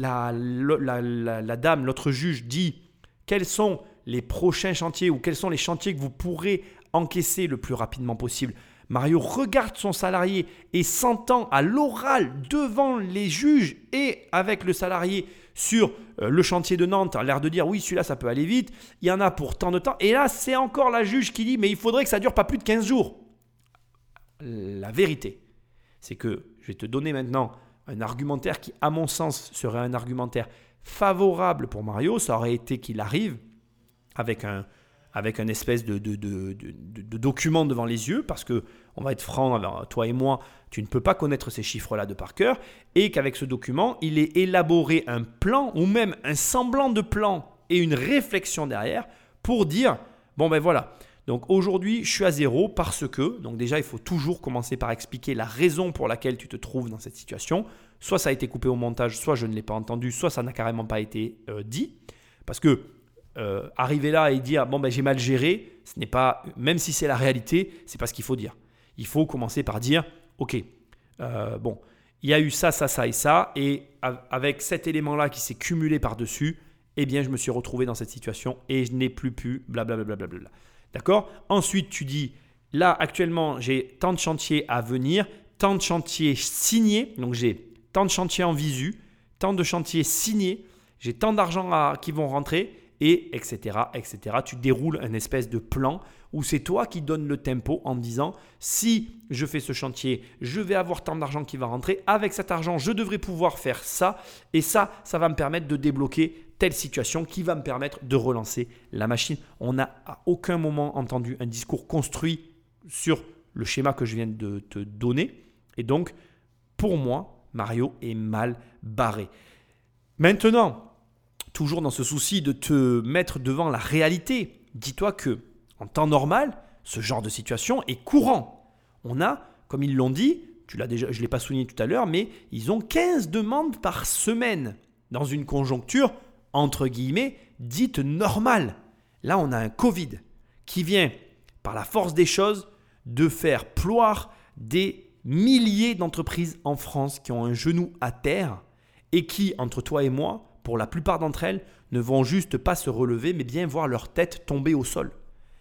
dame, l'autre juge, dit quels sont les prochains chantiers ou quels sont les chantiers que vous pourrez encaisser le plus rapidement possible, Mario regarde son salarié et s'entend à l'oral devant les juges et avec le salarié sur le chantier de Nantes, a l'air de dire oui, celui-là, ça peut aller vite, il y en a pour tant de temps. Et là, c'est encore la juge qui dit mais il faudrait que ça dure pas plus de 15 jours. La vérité, c'est que je vais te donner maintenant un argumentaire qui, à mon sens, serait un argumentaire favorable pour Mario. Ça aurait été qu'il arrive avec un espèce de document devant les yeux, parce que, on va être franc, toi et moi, tu ne peux pas connaître ces chiffres-là de par cœur, et qu'avec ce document, il ait élaboré un plan, ou même un semblant de plan, et une réflexion derrière, pour dire, bon ben voilà, donc aujourd'hui, je suis à 0 parce que, donc déjà, il faut toujours commencer par expliquer la raison pour laquelle tu te trouves dans cette situation. Soit ça a été coupé au montage, soit je ne l'ai pas entendu, soit ça n'a carrément pas été dit. Parce que arriver là et dire bon ben j'ai mal géré, ce n'est pas, même si c'est la réalité, c'est pas ce qu'il faut dire. Il faut commencer par dire ok, bon, il y a eu ça, ça, ça et ça, et avec cet élément-là qui s'est cumulé par-dessus, eh bien je me suis retrouvé dans cette situation et je n'ai plus pu blablabla. D'accord ? Ensuite, tu dis, là, actuellement, j'ai tant de chantiers à venir, tant de chantiers signés. Donc, j'ai tant de chantiers en visu, tant de chantiers signés, j'ai tant d'argent qui vont rentrer, et etc., etc. Tu déroules un espèce de plan où c'est toi qui donnes le tempo en disant, si je fais ce chantier, je vais avoir tant d'argent qui va rentrer. Avec cet argent, je devrais pouvoir faire ça. Et ça va me permettre de débloquer telle situation qui va me permettre de relancer la machine. On n'a à aucun moment entendu un discours construit sur le schéma que je viens de te donner. Et donc, pour moi, Mario est mal barré. Maintenant, toujours dans ce souci de te mettre devant la réalité, dis-toi que en temps normal, ce genre de situation est courant. On a, comme ils l'ont dit, je ne l'ai pas souligné tout à l'heure, mais ils ont 15 demandes par semaine dans une conjoncture entre guillemets, dite normale. Là, on a un Covid qui vient, par la force des choses, de faire ploire des milliers d'entreprises en France qui ont un genou à terre et qui, entre toi et moi, pour la plupart d'entre elles, ne vont juste pas se relever, mais bien voir leur tête tomber au sol.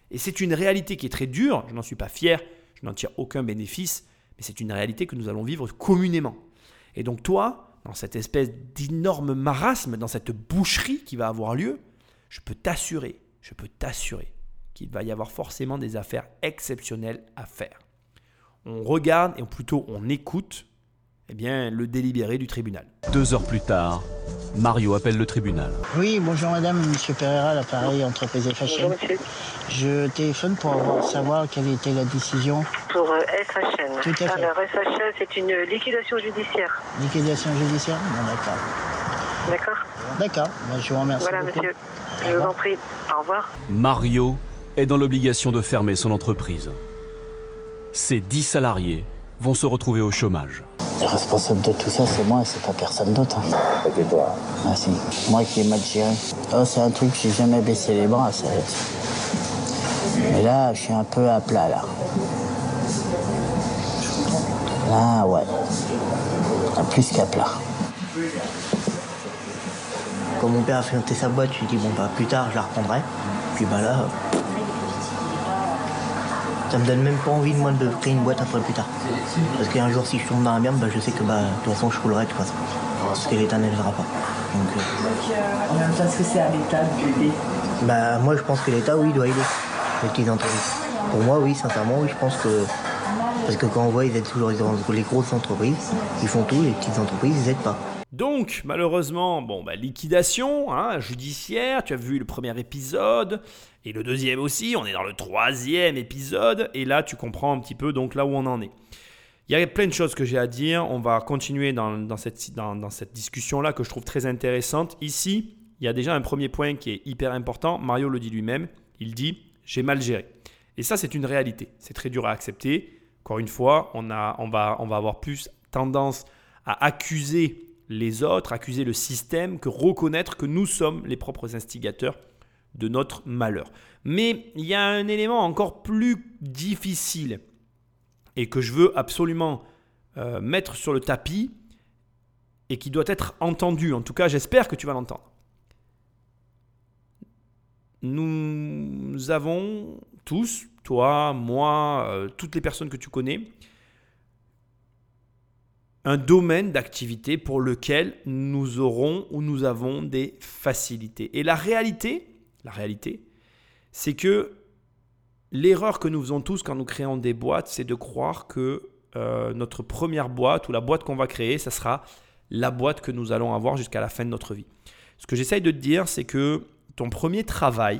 Et c'est une réalité qui est très dure, je n'en suis pas fier, je n'en tire aucun bénéfice, mais c'est une réalité que nous allons vivre communément. Et donc toi, dans cette espèce d'énorme marasme, dans cette boucherie qui va avoir lieu, je peux t'assurer qu'il va y avoir forcément des affaires exceptionnelles à faire. On regarde, et plutôt on écoute, le délibéré du tribunal. 2 heures plus tard, Mario appelle le tribunal. Oui, bonjour madame, monsieur Pereira, l'appareil entreprise FHM. Bonjour monsieur. Je téléphone pour savoir quelle était la décision. Pour FHM. Tout à fait. Alors FHM, c'est une liquidation judiciaire. Liquidation judiciaire ? Bon, d'accord. D'accord. D'accord, je vous remercie voilà, beaucoup. monsieur, je vous en prie. Au revoir. Mario est dans l'obligation de fermer son entreprise. Ses 10 salariés vont se retrouver au chômage. Le responsable de tout ça, c'est moi et c'est pas personne d'autre. C'est toi. Ah si, moi qui ai mal géré. Oh, c'est un truc, j'ai jamais baissé les bras. Mais là, je suis un peu à plat, là. Là, ouais. Plus qu'à plat. Quand mon père a fait monter sa boîte, je lui ai dit, bon, bah, plus tard, je la reprendrai. Puis, bah là, ça me donne même pas envie, moi, de créer une boîte après plus tard. Parce qu'un jour, si je tombe dans la merde, bah, je sais que, bah, de toute façon, je coulerai, de toute façon. Parce que l'État n'aidera pas. Donc, en même temps, est-ce que c'est à l'État d'aider ? Bah, moi, je pense que l'État, oui, doit aider les petites entreprises. Pour moi, oui, sincèrement, oui, je pense que... Parce que quand on voit, ils aident toujours les grosses entreprises, ils font tout, les petites entreprises, ils aident pas. Donc, malheureusement, liquidation judiciaire, tu as vu le premier épisode, et le deuxième aussi, on est dans le 3e épisode, et là, tu comprends un petit peu donc là où on en est. Il y a plein de choses que j'ai à dire, on va continuer dans cette discussion-là que je trouve très intéressante. Ici, il y a déjà un premier point qui est hyper important, Mario le dit lui-même, il dit « j'ai mal géré ». Et ça, c'est une réalité, c'est très dur à accepter. Encore une fois, on va avoir plus tendance à accuser les autres, accuser le système, que reconnaître que nous sommes les propres instigateurs de notre malheur. Mais il y a un élément encore plus difficile et que je veux absolument mettre sur le tapis et qui doit être entendu. En tout cas, j'espère que tu vas l'entendre. Nous avons tous, toi, moi, toutes les personnes que tu connais, un domaine d'activité pour lequel nous aurons ou nous avons des facilités. Et la réalité, c'est que l'erreur que nous faisons tous quand nous créons des boîtes, c'est de croire que notre première boîte ou la boîte qu'on va créer, ça sera la boîte que nous allons avoir jusqu'à la fin de notre vie. Ce que j'essaye de te dire, c'est que ton premier travail,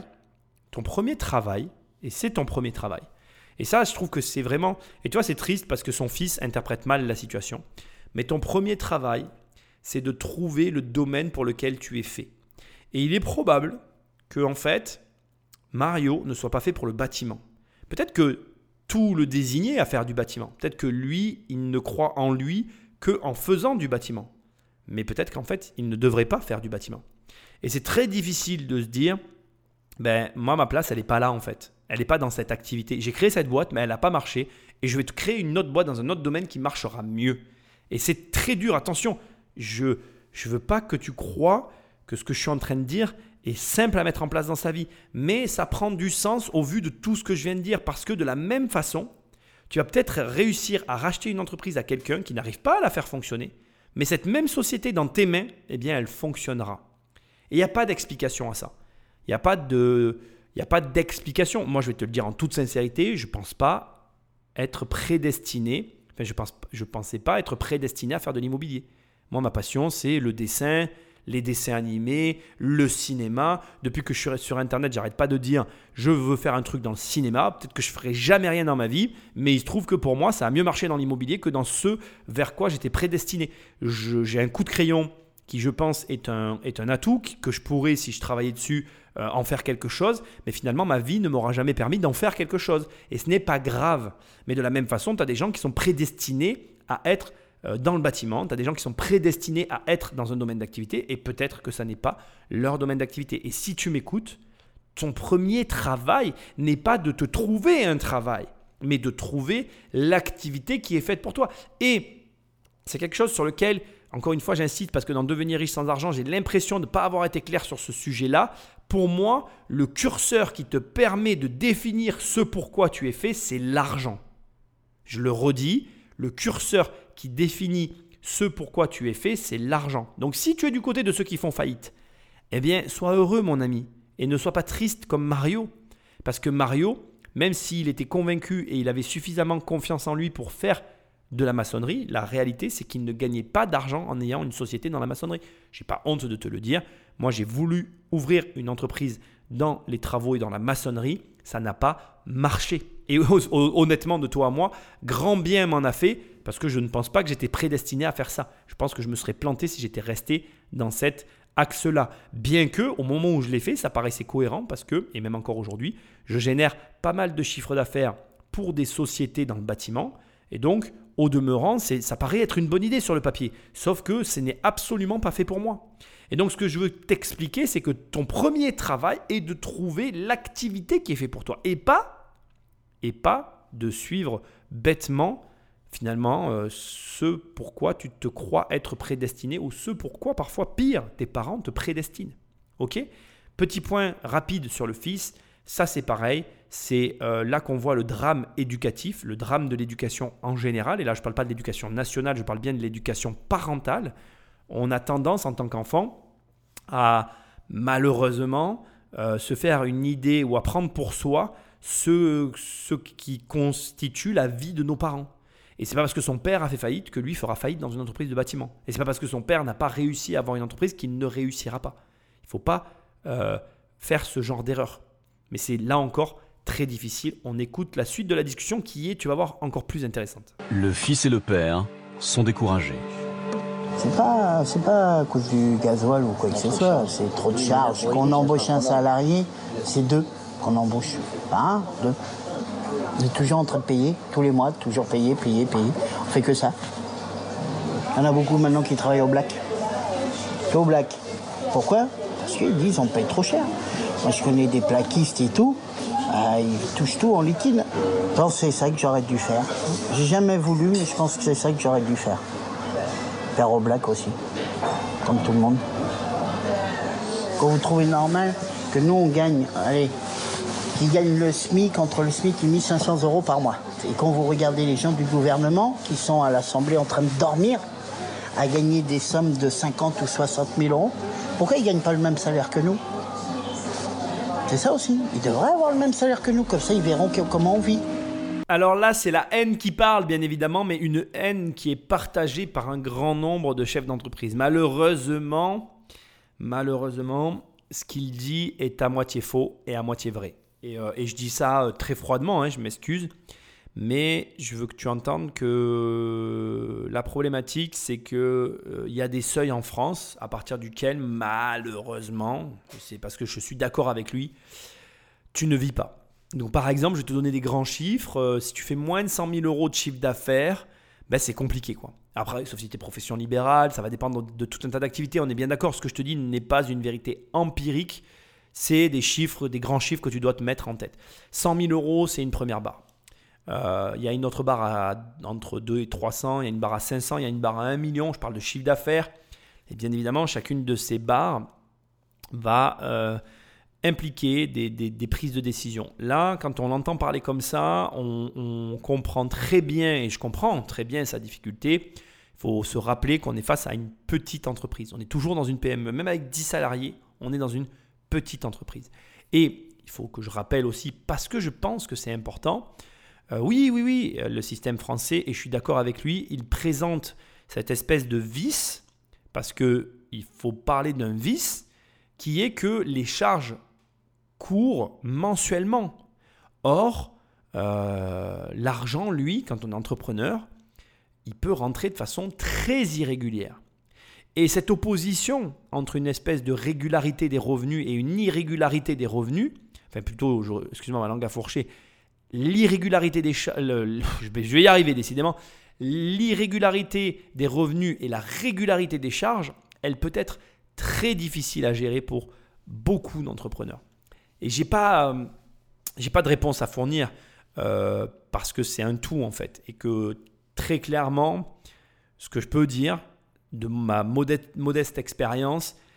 et c'est ton premier travail. Et ça, je trouve que c'est vraiment... Et tu vois, c'est triste parce que son fils interprète mal la situation. Mais ton premier travail, c'est de trouver le domaine pour lequel tu es fait. Et il est probable que, en fait, Mario ne soit pas fait pour le bâtiment. Peut-être que tout le désignait à faire du bâtiment. Peut-être que lui, il ne croit en lui qu'en faisant du bâtiment. Mais peut-être qu'en fait, il ne devrait pas faire du bâtiment. Et c'est très difficile de se dire, moi, ma place, elle n'est pas là en fait. Elle n'est pas dans cette activité. J'ai créé cette boîte, mais elle n'a pas marché. Et je vais te créer une autre boîte dans un autre domaine qui marchera mieux. Et c'est très dur. Attention, je ne veux pas que tu crois que ce que je suis en train de dire est simple à mettre en place dans sa vie. Mais ça prend du sens au vu de tout ce que je viens de dire. Parce que de la même façon, tu vas peut-être réussir à racheter une entreprise à quelqu'un qui n'arrive pas à la faire fonctionner. Mais cette même société dans tes mains, elle fonctionnera. Et il n'y a pas d'explication à ça. Il n'y a pas d'explication. Moi, je vais te le dire en toute sincérité, je ne pense pas être prédestiné. Enfin, je pensais pas être prédestiné à faire de l'immobilier. Moi, ma passion, c'est le dessin, les dessins animés, le cinéma. Depuis que je suis sur Internet, j'arrête pas de dire je veux faire un truc dans le cinéma. Peut-être que je ferai jamais rien dans ma vie, mais il se trouve que pour moi, ça a mieux marché dans l'immobilier que dans ce vers quoi j'étais prédestiné. J'ai un coup de crayon qui, je pense, est un atout que je pourrais, si je travaillais dessus, en faire quelque chose. Mais finalement, ma vie ne m'aura jamais permis d'en faire quelque chose. Et ce n'est pas grave. Mais de la même façon, tu as des gens qui sont prédestinés à être dans le bâtiment. Tu as des gens qui sont prédestinés à être dans un domaine d'activité et peut-être que ça n'est pas leur domaine d'activité. Et si tu m'écoutes, ton premier travail n'est pas de te trouver un travail, mais de trouver l'activité qui est faite pour toi. Et c'est quelque chose sur lequel, encore une fois, j'insiste parce que dans Devenir riche sans argent, j'ai l'impression de ne pas avoir été clair sur ce sujet-là. Pour moi, le curseur qui te permet de définir ce pourquoi tu es fait, c'est l'argent. Je le redis, le curseur qui définit ce pourquoi tu es fait, c'est l'argent. Donc si tu es du côté de ceux qui font faillite, eh bien, sois heureux mon ami et ne sois pas triste comme Mario. Parce que Mario, même s'il était convaincu et il avait suffisamment confiance en lui pour faire de la maçonnerie, la réalité c'est qu'il ne gagnait pas d'argent en ayant une société dans la maçonnerie. Je n'ai pas honte de te le dire. Moi, j'ai voulu ouvrir une entreprise dans les travaux et dans la maçonnerie. Ça n'a pas marché. Et honnêtement, de toi à moi, grand bien m'en a fait parce que je ne pense pas que j'étais prédestiné à faire ça. Je pense que je me serais planté si j'étais resté dans cet axe-là. Bien que, au moment où je l'ai fait, ça paraissait cohérent parce que, et même encore aujourd'hui, je génère pas mal de chiffres d'affaires pour des sociétés dans le bâtiment. Et donc, au demeurant, ça paraît être une bonne idée sur le papier. Sauf que ce n'est absolument pas fait pour moi. Et donc, ce que je veux t'expliquer, c'est que ton premier travail est de trouver l'activité qui est faite pour toi. Et pas de suivre bêtement, finalement, ce pourquoi tu te crois être prédestiné ou ce pourquoi, parfois pire, tes parents te prédestinent. Ok ? Petit point rapide sur le fils. Ça, c'est pareil. C'est là qu'on voit le drame éducatif, le drame de l'éducation en général. Et là, je ne parle pas de l'éducation nationale, je parle bien de l'éducation parentale. On a tendance en tant qu'enfant à malheureusement se faire une idée ou à prendre pour soi ce qui constitue la vie de nos parents. Et ce n'est pas parce que son père a fait faillite que lui fera faillite dans une entreprise de bâtiment. Et ce n'est pas parce que son père n'a pas réussi à avoir une entreprise qu'il ne réussira pas. Il ne faut pas faire ce genre d'erreur. Mais c'est là encore très difficile. On écoute la suite de la discussion qui est, tu vas voir, encore plus intéressante. Le fils et le père sont découragés. C'est pas à cause du gasoil ou quoi que ce soit, c'est trop de charges. Quand on embauche un salarié, c'est 2 qu'on embauche. Pas 1, 2. On est toujours en train de payer, tous les mois, toujours payer. On fait que ça. Il y en a beaucoup maintenant qui travaillent au black. Que au black. Pourquoi ? Parce qu'ils disent on paye trop cher. Moi je connais des plaquistes et tout, ils touchent tout en liquide. Je pense que c'est ça que j'aurais dû faire. J'ai jamais voulu, mais je pense que c'est ça que j'aurais dû faire. Faire au black aussi, comme tout le monde. Quand vous trouvez normal que nous on gagne, qui gagnent le SMIC, entre le SMIC et 1500 € par mois. Et quand vous regardez les gens du gouvernement qui sont à l'Assemblée en train de dormir, à gagner des sommes de 50 ou 60 000 €, pourquoi ils ne gagnent pas le même salaire que nous ? C'est ça aussi, ils devraient avoir le même salaire que nous, comme ça ils verront comment on vit. Alors là, c'est la haine qui parle, bien évidemment, mais une haine qui est partagée par un grand nombre de chefs d'entreprise. Malheureusement, ce qu'il dit est à moitié faux et à moitié vrai. Et je dis ça très froidement, je m'excuse, mais je veux que tu entendes que la problématique, c'est qu'il y a des seuils en France à partir duquel, malheureusement, c'est parce que je suis d'accord avec lui, tu ne vis pas. Donc par exemple, je vais te donner des grands chiffres. Si tu fais moins de 100 000 € de chiffre d'affaires, c'est compliqué, quoi. Après, sauf si tu es profession libérale, ça va dépendre de tout un tas d'activités. On est bien d'accord, ce que je te dis n'est pas une vérité empirique. C'est des chiffres, des grands chiffres que tu dois te mettre en tête. 100 000 €, c'est une première barre. Il y a une autre barre entre 2 et 300, il y a une barre à 500, il y a une barre à 1 million. Je parle de chiffre d'affaires. Et bien évidemment, chacune de ces barres va impliquer des prises de décision. Là, quand on entend parler comme ça, on comprend très bien, et je comprends très bien sa difficulté. Il faut se rappeler qu'on est face à une petite entreprise. On est toujours dans une PME. Même avec 10 salariés, on est dans une petite entreprise. Et il faut que je rappelle aussi, parce que je pense que c'est important, oui, le système français, et je suis d'accord avec lui, il présente cette espèce de vice, parce qu'il faut parler d'un vice, qui est que les charges courent mensuellement. Or, l'argent, lui, quand on est entrepreneur, il peut rentrer de façon très irrégulière. Et cette opposition entre une espèce de régularité des revenus et une irrégularité des revenus, enfin plutôt, excuse-moi, ma langue a fourché, l'irrégularité des je vais y arriver décidément, l'irrégularité des revenus et la régularité des charges, elle peut être très difficile à gérer pour beaucoup d'entrepreneurs. Et j'ai pas de réponse à fournir parce que c'est un tout en fait. Et que très clairement, ce que je peux dire de ma modeste expérience,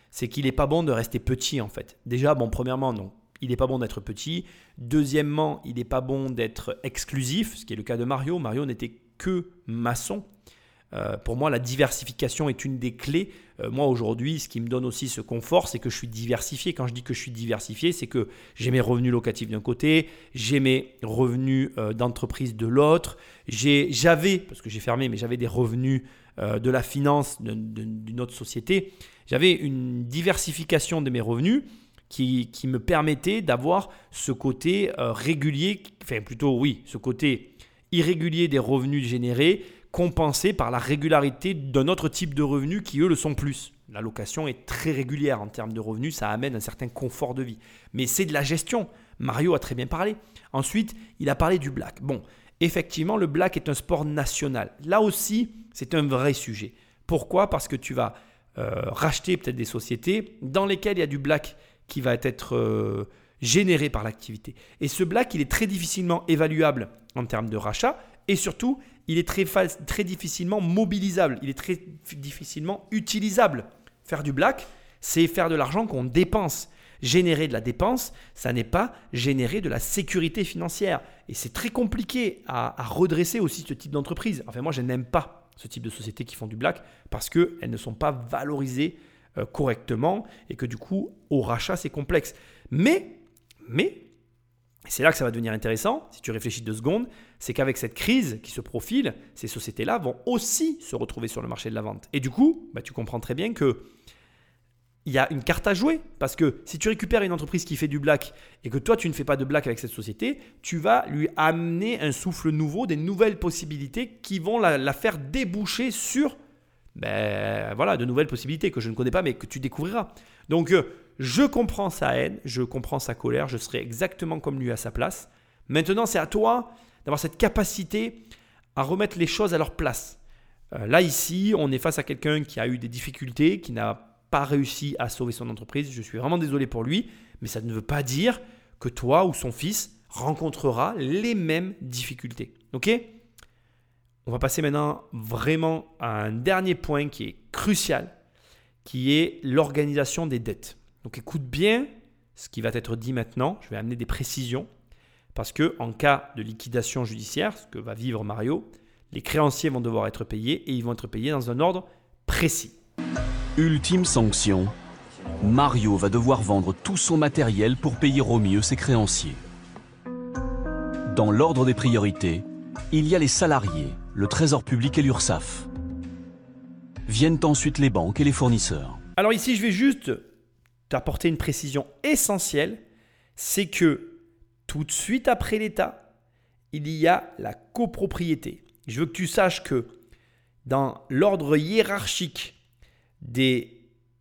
c'est qu'il n'est pas bon de rester petit en fait. Déjà, premièrement, non. Il n'est pas bon d'être petit. Deuxièmement, il n'est pas bon d'être exclusif, ce qui est le cas de Mario. Mario n'était que maçon. Pour moi, la diversification est une des clés. Moi, aujourd'hui, ce qui me donne aussi ce confort, c'est que je suis diversifié. Quand je dis que je suis diversifié, c'est que j'ai mes revenus locatifs d'un côté, j'ai mes revenus d'entreprise de l'autre. J'avais, parce que j'ai fermé, mais j'avais des revenus de la finance d'une autre société. J'avais une diversification de mes revenus qui me permettait d'avoir ce côté régulier, enfin plutôt oui, ce côté irrégulier des revenus générés, compensé par la régularité d'un autre type de revenus qui, eux, le sont plus. La location est très régulière en termes de revenus, ça amène un certain confort de vie. Mais c'est de la gestion. Mario a très bien parlé. Ensuite, il a parlé du black. Bon, effectivement, le black est un sport national. Là aussi, c'est un vrai sujet. Pourquoi ? Parce que tu vas racheter peut-être des sociétés dans lesquelles il y a du black qui va être généré par l'activité. Et ce black, il est très difficilement évaluable en termes de rachat et surtout, il est très difficilement mobilisable, il est très difficilement utilisable. Faire du black, c'est faire de l'argent qu'on dépense. Générer de la dépense, ça n'est pas générer de la sécurité financière. Et c'est très compliqué à redresser aussi ce type d'entreprise. Enfin, moi, je n'aime pas ce type de sociétés qui font du black parce qu'elles ne sont pas valorisées correctement et que du coup, au rachat, c'est complexe. Mais, c'est là que ça va devenir intéressant, si tu réfléchis 2 secondes, c'est qu'avec cette crise qui se profile, ces sociétés-là vont aussi se retrouver sur le marché de la vente. Et du coup, tu comprends très bien qu'il y a une carte à jouer. Parce que si tu récupères une entreprise qui fait du black et que toi, tu ne fais pas de black avec cette société, tu vas lui amener un souffle nouveau, des nouvelles possibilités qui vont la faire déboucher sur de nouvelles possibilités que je ne connais pas mais que tu découvriras. Donc, je comprends sa haine, je comprends sa colère, je serai exactement comme lui à sa place. Maintenant, c'est à toi d'avoir cette capacité à remettre les choses à leur place. Là, ici, on est face à quelqu'un qui a eu des difficultés, qui n'a pas réussi à sauver son entreprise. Je suis vraiment désolé pour lui, mais ça ne veut pas dire que toi ou son fils rencontrera les mêmes difficultés. Ok ? On va passer maintenant vraiment à un dernier point qui est crucial, qui est l'organisation des dettes. Donc écoute bien ce qui va être dit maintenant. Je vais amener des précisions parce qu'en cas de liquidation judiciaire, ce que va vivre Mario, les créanciers vont devoir être payés et ils vont être payés dans un ordre précis. Ultime sanction, Mario va devoir vendre tout son matériel pour payer au mieux ses créanciers. Dans l'ordre des priorités, il y a les salariés, le Trésor public et l'URSSAF. Viennent ensuite les banques et les fournisseurs. Alors ici, je vais juste t'apporter une précision essentielle, c'est que tout de suite après l'État, il y a la copropriété. Je veux que tu saches que dans l'ordre hiérarchique des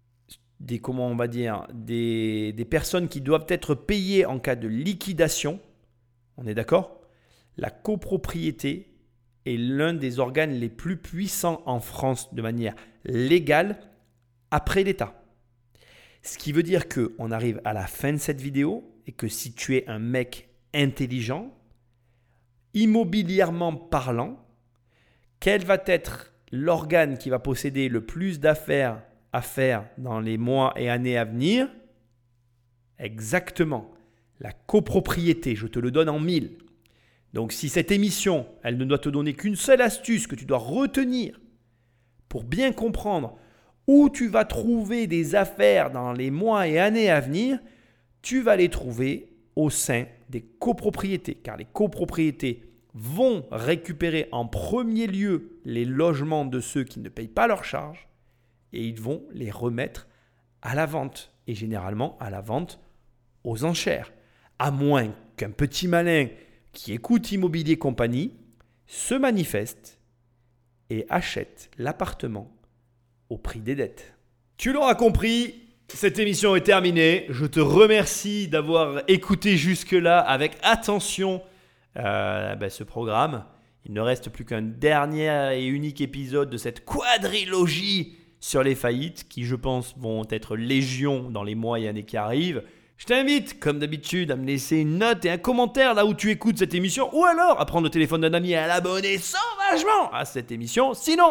personnes qui doivent être payées en cas de liquidation, on est d'accord ? La copropriété est l'un des organes les plus puissants en France de manière légale après l'État. Ce qui veut dire qu'on arrive à la fin de cette vidéo et que si tu es un mec intelligent, immobilièrement parlant, quel va être l'organe qui va posséder le plus d'affaires à faire dans les mois et années à venir ? Exactement, la copropriété, je te le donne en 1000. Donc si cette émission, elle ne doit te donner qu'une seule astuce que tu dois retenir pour bien comprendre où tu vas trouver des affaires dans les mois et années à venir, tu vas les trouver au sein des copropriétés. Car les copropriétés vont récupérer en premier lieu les logements de ceux qui ne payent pas leurs charges et ils vont les remettre à la vente. Et généralement à la vente aux enchères. À moins qu'un petit malin qui écoute Immobilier Compagnie se manifeste et achète l'appartement au prix des dettes. Tu l'auras compris, cette émission est terminée. Je te remercie d'avoir écouté jusque-là avec attention ce programme. Il ne reste plus qu'un dernier et unique épisode de cette quadrilogie sur les faillites qui, je pense, vont être légion dans les mois et années qui arrivent. Je t'invite, comme d'habitude, à me laisser une note et un commentaire là où tu écoutes cette émission ou alors à prendre le téléphone d'un ami et à l'abonner sauvagement à cette émission. Sinon,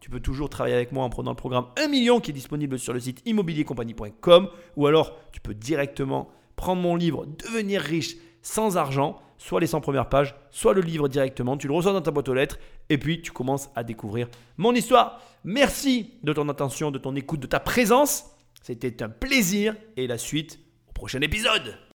tu peux toujours travailler avec moi en prenant le programme 1 million qui est disponible sur le site immobiliercompagnie.com ou alors tu peux directement prendre mon livre Devenir riche sans argent, soit les 100 premières pages, soit le livre directement. Tu le reçois dans ta boîte aux lettres et puis tu commences à découvrir mon histoire. Merci de ton attention, de ton écoute, de ta présence. C'était un plaisir et la suite au prochain épisode.